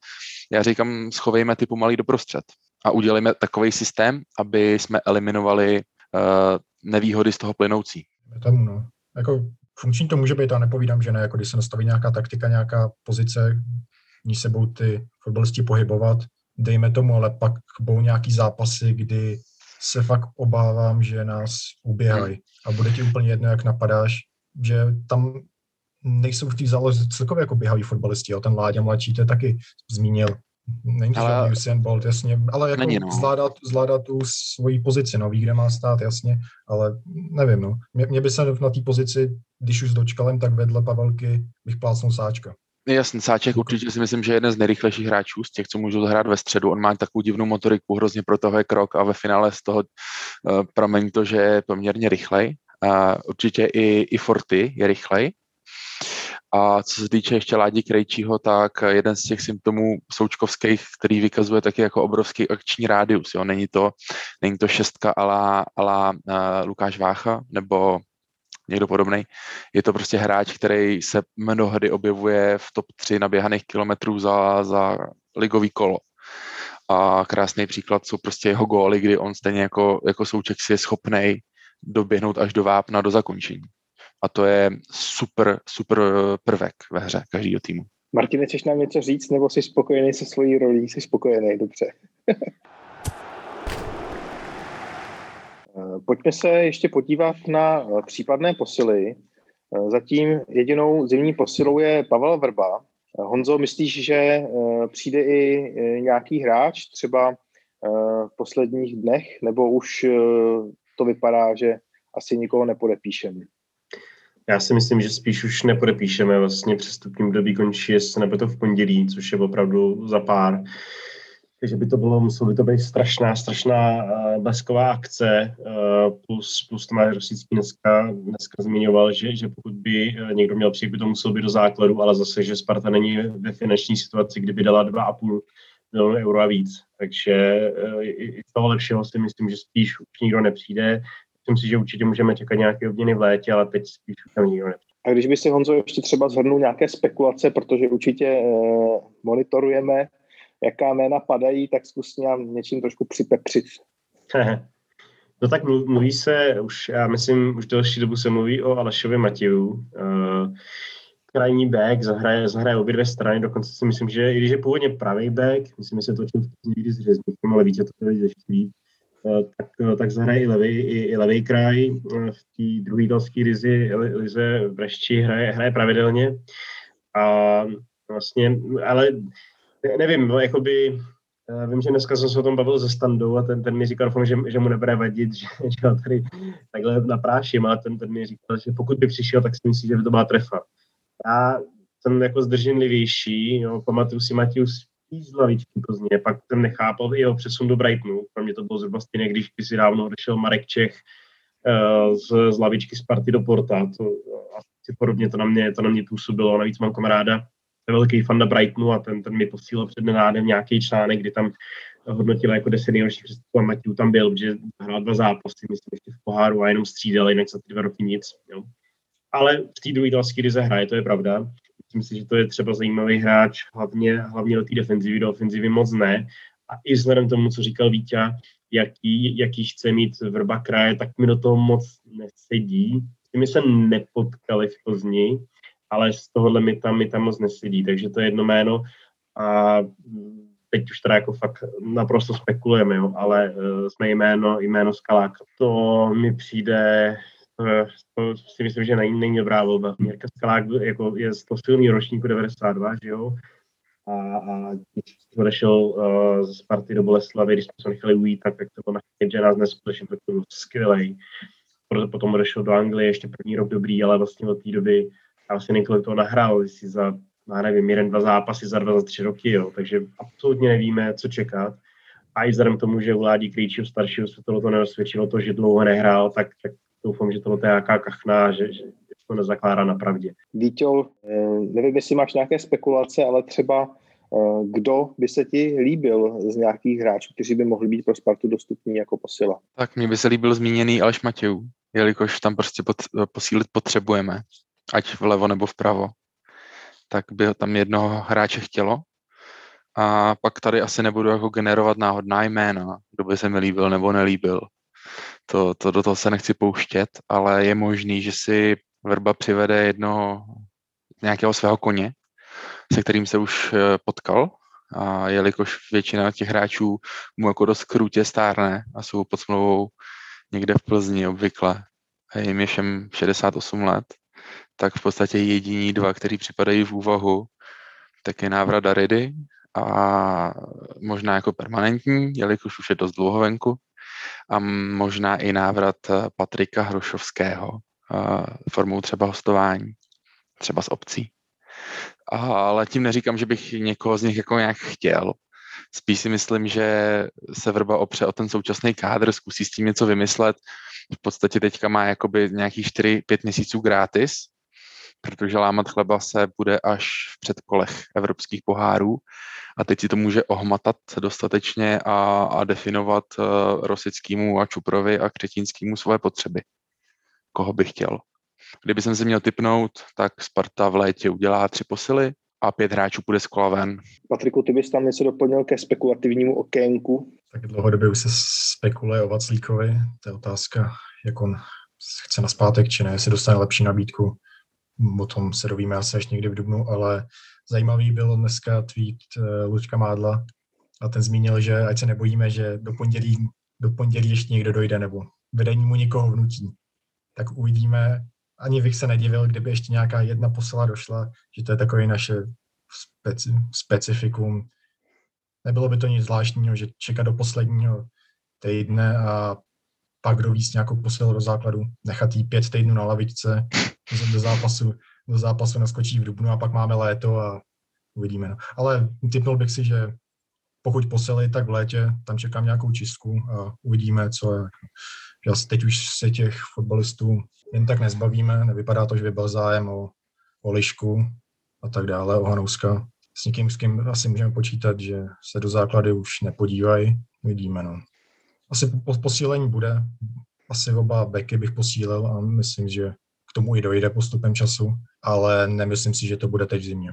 já říkám, schovejme ty pomalý doprostřed a udělejme takový systém, aby jsme eliminovali uh, nevýhody z toho plynoucí. Tomu, no. Jako funkční to může být, a nepovídám, že ne, jako když se nastaví nějaká taktika, nějaká pozice, ní se budou ty fotbalisti pohybovat, dejme tomu, ale pak budou nějaký zápasy, kdy se fakt obávám, že nás uběhají a bude ti úplně jedno, jak napadáš, že tam nejsou v té záloze celkově jako běhaví fotbalisti, jo. Ten Láďa mladší, to je taky zmínil. Není to ale... Usain Bolt, jasně, ale jako není, no. zvládá, zvládá tu svoji pozici, no, ví, kde má stát, jasně, ale nevím, no. Mě, mě by se na té pozici, když už s Dočkalem, tak vedle Pavelky bych plácnul Sáčka. Jasný, Sáček určitě si myslím, že je jeden z nejrychlejších hráčů z těch, co můžou hrát ve středu. On má takovou divnou motoriku, hrozně pro toho je krok a ve finále z toho uh, pramení to, že je poměrně rychlej. Uh, určitě i, i Forty je rychlej. A co se týče ještě Ládi Krejčího, tak jeden z těch symptomů součkovských, který vykazuje taky jako obrovský akční rádius. Jo? Není to, není to šestka ala, ala uh, Lukáš Vácha nebo někdo podobný. Je to prostě hráč, který se mnohdy objevuje v top tři naběhaných kilometrů za, za ligový kolo. A krásný příklad jsou prostě jeho góly, kdy on stejně jako, jako Souček si je schopnej doběhnout až do vápna, do zakončení. A to je super, super prvek ve hře každého týmu. Martin, chceš nám něco říct, nebo jsi spokojený se svojí rolí? Jsi spokojený, dobře. Pojďme se ještě podívat na případné posily. Zatím jedinou zimní posilou je Pavel Vrba. Honzo, myslíš, že přijde i nějaký hráč třeba v posledních dnech, nebo už to vypadá, že asi nikoho nepodepíšeme? Já si myslím, že spíš už nepodepíšeme. Vlastně přestupní období končí, jestli nebo to v pondělí, což je opravdu za pár. Takže by to bylo, muselo by to být strašná, strašná uh, blesková akce. Uh, plus, plus Tomáš Rosický dneska, dneska zmiňoval, že, že pokud by uh, někdo měl přijít, by to muselo být do základu, ale zase, že Sparta není ve finanční situaci, kdyby dala dva a půl milionu euro a víc. Takže uh, i, i z toho lepšího si myslím, že spíš už nikdo nepřijde. Myslím si, že určitě můžeme čekat nějaké obměny v létě, ale teď spíš už tam nikdo nepřijde. A když by si, Honzo, ještě třeba zhrnul nějaké spekulace, protože určitě uh, monitorujeme, jaká jména padají, tak zkus nám něčím trošku připepřit. No tak mluví se, už já myslím, už delší dobu se mluví o Alešovi Matěju. Uh, krajní back, zahraje, zahraje obě dvě strany, dokonce si myslím, že i když je původně pravý back, myslím, že se točil někdy s Řezníkem, ale víte, to je zeštělý, uh, tak, uh, tak zahraje i levý, i, i levý kraj. Uh, v té druhé italské lize, lize v Brešči hraje, hraje pravidelně. A vlastně, ale nevím, no, jakoby, vím, že dneska jsem se o tom bavil se Standou a ten, ten mi říkal, že, že mu nebude vadit, že, že ho tady takhle napráším, ale ten, ten mi říkal, že pokud by přišel, tak si myslí, že by to byla trefa. Já jsem jako zdrženlivější, jo, pamatuju si Matěju spíš z lavičky Plzně, pak jsem nechápal i jeho přesun do Brightonu, pro mě to bylo zhruba stejné, když si dávno odešel Marek Čech uh, z, z lavičky Sparty do Porta, to asi podobně to na mě, to na mě působilo, navíc mám kamaráda, velký fan na Brightonu a ten, ten mi posílal před nenádem nějaký článek, kdy tam hodnotil jako deset nejhorších přestupů a Matěj tam byl, protože hrál dva zápasy, myslím, ještě v poháru a jenom střídal, jinak za ty dva roky nic. Jo. Ale v té druhé italské lize hraje, to je pravda. Myslím si, že to je třeba zajímavý hráč, hlavně, hlavně do té defenzivy, do ofenzivy moc ne. A i vzhledem tomu, co říkal Víťa, jaký, jaký chce mít Vrba kraje, tak mi do toho moc nesedí. My se nepotkali v Plzni, ale z tohohle mi tam, mi tam moc nesedí, takže to je jedno jméno a teď už teda jako fakt naprosto spekulujeme, jo, ale uh, jsme jméno, jméno Skaláka. To mi přijde, to, to si myslím, že není, není dobrá volba. Mirka Skalák jako je z toho silný ročníku devadesát dva, že jo, a, a když odešel uh, z Sparty do Boleslavy, když jsme se nechali ujít, tak, tak to bylo na že nás neskutečně to bylo skvělej. Potom odešel do Anglie, ještě první rok dobrý, ale vlastně od té doby já vlastně několik toho nahrál, jestli za, já nevím, jeden, dva zápasy za dva, za tři roky, jo, takže absolutně nevíme, co čekat. A i vzhledem tomu, že u Ládi Krejčího staršího se tohle neosvědčilo to, že dlouho nehrál, tak, tak doufám, že tohle je nějaká kachna, že, že to nezakládá na pravdě. Víťo, nevím, jestli máš nějaké spekulace, ale třeba kdo by se ti líbil z nějakých hráčů, kteří by mohli být pro Spartu dostupní jako posila? Tak mně by se líbil zmíněný Aleš Matějů, jelikož tam prostě pot, posílit potřebujeme, ať vlevo nebo vpravo, tak by tam jednoho hráče chtělo a pak tady asi nebudu jako generovat náhodná jména, kdo by se mi líbil nebo nelíbil. To, to do toho se nechci pouštět, ale je možný, že si Vrba přivede jednoho nějakého svého koně, se kterým se už potkal, a jelikož většina těch hráčů mu jako dost krutě stárne a jsou pod smlouvou někde v Plzni obvykle, a jim je všem šedesát osm let, tak v podstatě jediní dva, kteří připadají v úvahu, tak je návrat Daridy a možná jako permanentní, jelikož už je dost dlouho venku, a možná i návrat Patrika Hrošovského formou třeba hostování, třeba z obcí. Ale tím neříkám, že bych někoho z nich jako nějak chtěl. Spíš si myslím, že se Vrba opře o ten současný kádr, zkusí s tím něco vymyslet. V podstatě teďka má jakoby nějakých čtyři pět měsíců gratis, protože lámat chleba se bude až v předkolech evropských pohárů a teď si to může ohmatat dostatečně a, a definovat uh, Rosickému a Čuprovi a Křetínskému svoje potřeby. Koho bych chtěl. Kdyby jsem si měl tipnout, tak Sparta v létě udělá tři posily a pět hráčů půjde z kola ven. Patriku, ty bys tam něco doplnil ke spekulativnímu okénku? Tak dlouhodobě už se spekuluje o Vaclíkovi. To je otázka, jak on chce naspátek, či ne, jestli dostane lepší nabídku. O tom se dovíme asi až někdy v dubnu, ale zajímavý byl dneska tweet Luďka Mádla a ten zmínil, že ať se nebojíme, že do pondělí, do pondělí ještě někdo dojde, nebo vedení mu někoho vnutí. Tak uvidíme. Ani bych se nedivil, kdyby ještě nějaká jedna posila došla, že to je takový naše speci, specifikum. Nebylo by to nic zvláštního, že čekat do posledního týdne a pak dovíct nějakou posilu do základu, nechat jí pět týdnů na lavičce, do zápasu, do zápasu naskočí v dubnu a pak máme léto a uvidíme. No. Ale tipnul bych si, že pokud posily, tak v létě tam čekám nějakou čistku a uvidíme, co je. Že teď už se těch fotbalistů jen tak nezbavíme, nevypadá to, že by byl zájem o, o Lišku a tak dále, o Hanouska. S někým, s kým asi můžeme počítat, že se do základy už nepodívají, vidíme. No. Asi posílení bude, asi oba beky bych posílil a myslím, že k tomu i dojde postupem času, ale nemyslím si, že to bude teď v zimě.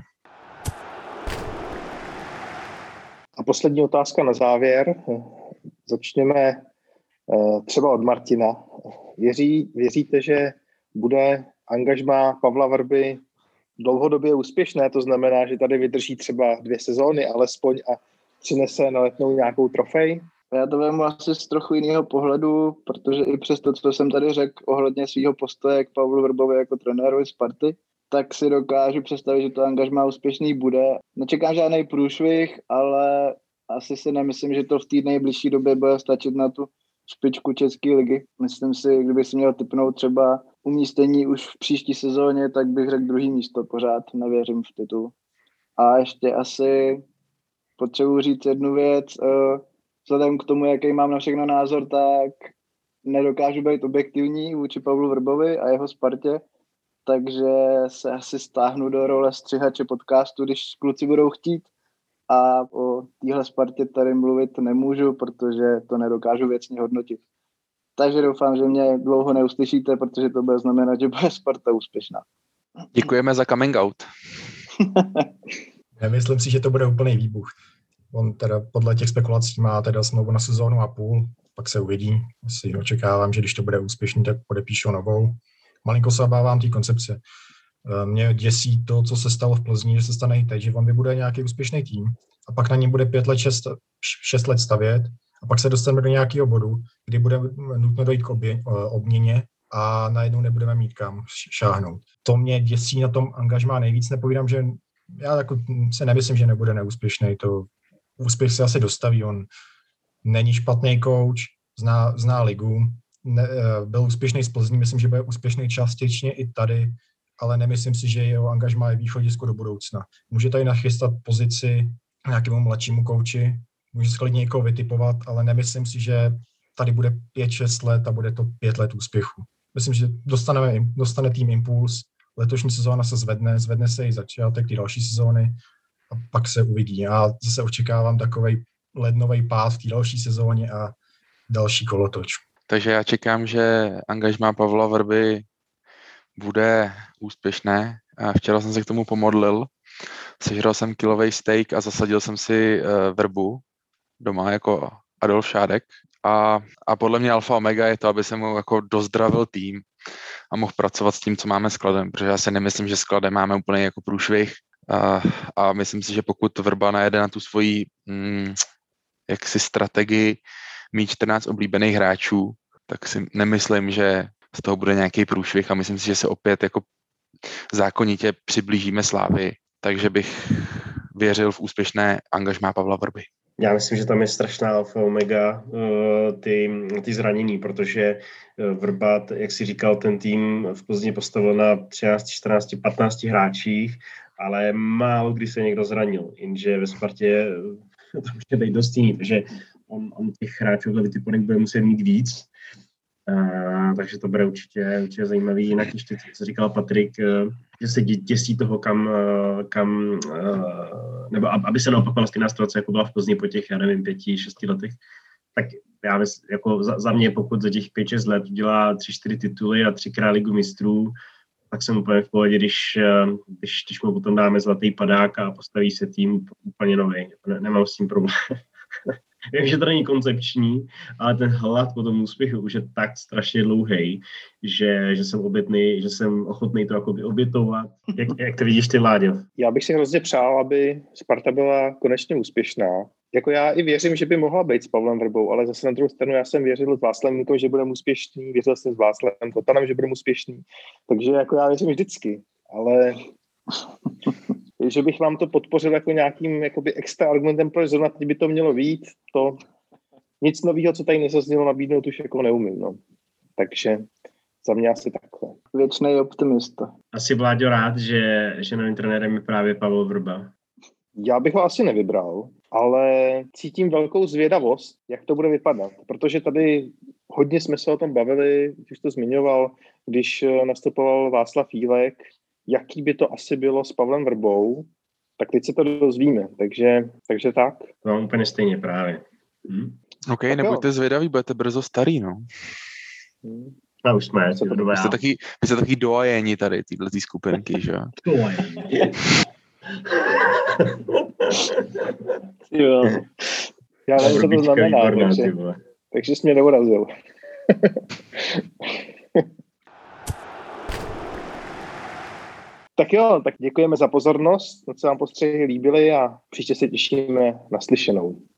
A poslední otázka na závěr. Začněme třeba od Martina. Věří, věříte, že bude angažmá Pavla Vrby dlouhodobě úspěšné? To znamená, že tady vydrží třeba dvě sezóny alespoň a přinese na Letnou nějakou trofej? Já to vemu asi z trochu jiného pohledu, protože i přes to, co jsem tady řekl ohledně svého postoje k Pavlu Vrbovi jako trenérovi Sparty, tak si dokážu představit, že to angažmá úspěšný bude. Nečekám žádný průšvih, ale asi si nemyslím, že to v té nejbližší době bude stačit na tu špičku České ligy. Myslím si, kdyby si měl tipnout třeba umístění už v příští sezóně, tak bych řekl druhý místo pořád, nevěřím v titul. A ještě asi potřebuji říct jednu věc, vzhledem k tomu, jaký mám na všechno názor, tak nedokážu být objektivní vůči Pavlu Vrbovi a jeho Spartě, takže se asi stáhnu do role střihače podcastu, když kluci budou chtít. A o téhle Spartě tady mluvit nemůžu, protože to nedokážu věcně hodnotit. Takže doufám, že mě dlouho neuslyšíte, protože to bude znamenat, že bude Sparta úspěšná. Děkujeme za coming out. Nemyslím si, že to bude úplný výbuch. On teda podle těch spekulací má teda smlouvu na sezónu a půl, pak se uvidí. Asi očekávám, že když to bude úspěšný, tak podepíšou novou. Malinko se obávám té koncepce. Mě děsí to, co se stalo v Plzni, že se stane i teď, že on vybude nějaký úspěšný tým a pak na něm bude pět let, šest, šest let stavět a pak se dostaneme do nějakého bodu, kdy bude nutno dojít k obě, obměně a najednou nebudeme mít kam šáhnout. To mě děsí na tom angažmá nejvíc. Nepovídám, že já jako se nemyslím, že nebude neúspěšný. To úspěch se asi dostaví. On není špatný kouč, zná, zná ligu, ne, byl úspěšný z Plzní, myslím, že bude úspěšný částečně i tady, ale nemyslím si, že jeho angažmá je východisko do budoucna. Může tady nachystat pozici nějakému mladšímu kouči, může se klidně někoho vytipovat, ale nemyslím si, že tady bude pět šest let a bude to pět let úspěchu. Myslím, že dostaneme, dostane tým impuls, letošní sezóna se zvedne, zvedne se i začátek ty další sezóny a pak se uvidí. Já zase očekávám takovej lednový pád v té další sezóně a další kolotoč. Takže já čekám, že angažmá Pavla Vrby bude úspěšné. Včera jsem se k tomu pomodlil Sežral jsem kilový steak a zasadil jsem si uh, vrbu doma jako Adolf Šádek. A, a podle mě alfa omega je to, aby se mu jako dozdravil tým a mohl pracovat s tím, co máme s Kladem, protože já si nemyslím, že s Kladem máme úplně jako průšvih a, a myslím si, že pokud Vrba najede na tu svoji mm, jaksi strategii mít čtrnáct oblíbených hráčů, tak si nemyslím, že z toho bude nějaký průšvih a myslím si, že se opět jako zákonitě přiblížíme Slávy, takže bych věřil v úspěšné angažmá Pavla Vrby. Já myslím, že tam je strašná alfa omega ty, ty zranění, protože Vrba, jak si říkal, ten tým v Plzni postavil na třináct, čtrnáct, patnáct hráčích, ale málo kdy se někdo zranil, jenže ve Spartě to může být dost jiný, takže on, on těch hráčů vytiponek bude muset mít víc. Uh, takže to bude určitě, určitě zajímavý. Jinak ještě, co říkal Patrik, uh, že se děsí toho, kam, uh, kam uh, nebo aby se neopakovala stejná situace, jako byla v Plzni po těch, já nevím, pěti, šesti letech, tak já myslím, jako za, za mě, pokud za těch pět, šest let udělá tři, čtyři tituly a třikrát ligu mistrů, tak jsem úplně v pohodě, když, uh, když, když mu potom dáme zlatý padák a postaví se tým úplně nový. Ne, nemám s tím problém. Vím, že to není koncepční, ale ten hlad po tom úspěchu už je tak strašně dlouhý, že, že jsem obětný, že jsem ochotný to jakoby obětovat. Jak, jak to vidíš ty, Láďo? Já bych si hrozně přál, aby Sparta byla konečně úspěšná. Jako já i věřím, že by mohla být s Pavlem Vrbou, ale zase na druhou stranu já jsem věřil s Václavem Mikom, že budeme úspěšný, věřil jsem s Václavem Kotanem, že budeme úspěšný. Takže jako já věřím vždycky, ale že bych vám to podpořil jako nějakým jakoby extra argumentem, proč zrovna teď by to mělo být, to nic nového, co tady nezaznělo, nabídnout už jako neumím. No. Takže za mě asi takhle. Věčný optimista. Asi, Vláďo, rád, že, že novým trenérem je právě Pavel Vrba. Já bych ho asi nevybral, ale cítím velkou zvědavost, jak to bude vypadat, protože tady hodně jsme se o tom bavili, už to zmiňoval, když nastupoval Václav Jílek, jaký by to asi bylo s Pavlem Vrbou, tak teď se to dozvíme, takže, takže tak. No, úplně stejně právě. Hm? OK, tak nebuďte jo. zvědaví, budete brzo starý, no. Hm. A už jsme. To vy jste taky, vy jste taky doajeni tady, tyhle tý skupinky, že jo? Jo. Já nevím, co to znamená, takže, takže jsi mě neurazil. Tak jo, tak děkujeme za pozornost, co vám postřehy líbily a příště se těšíme na slyšenou.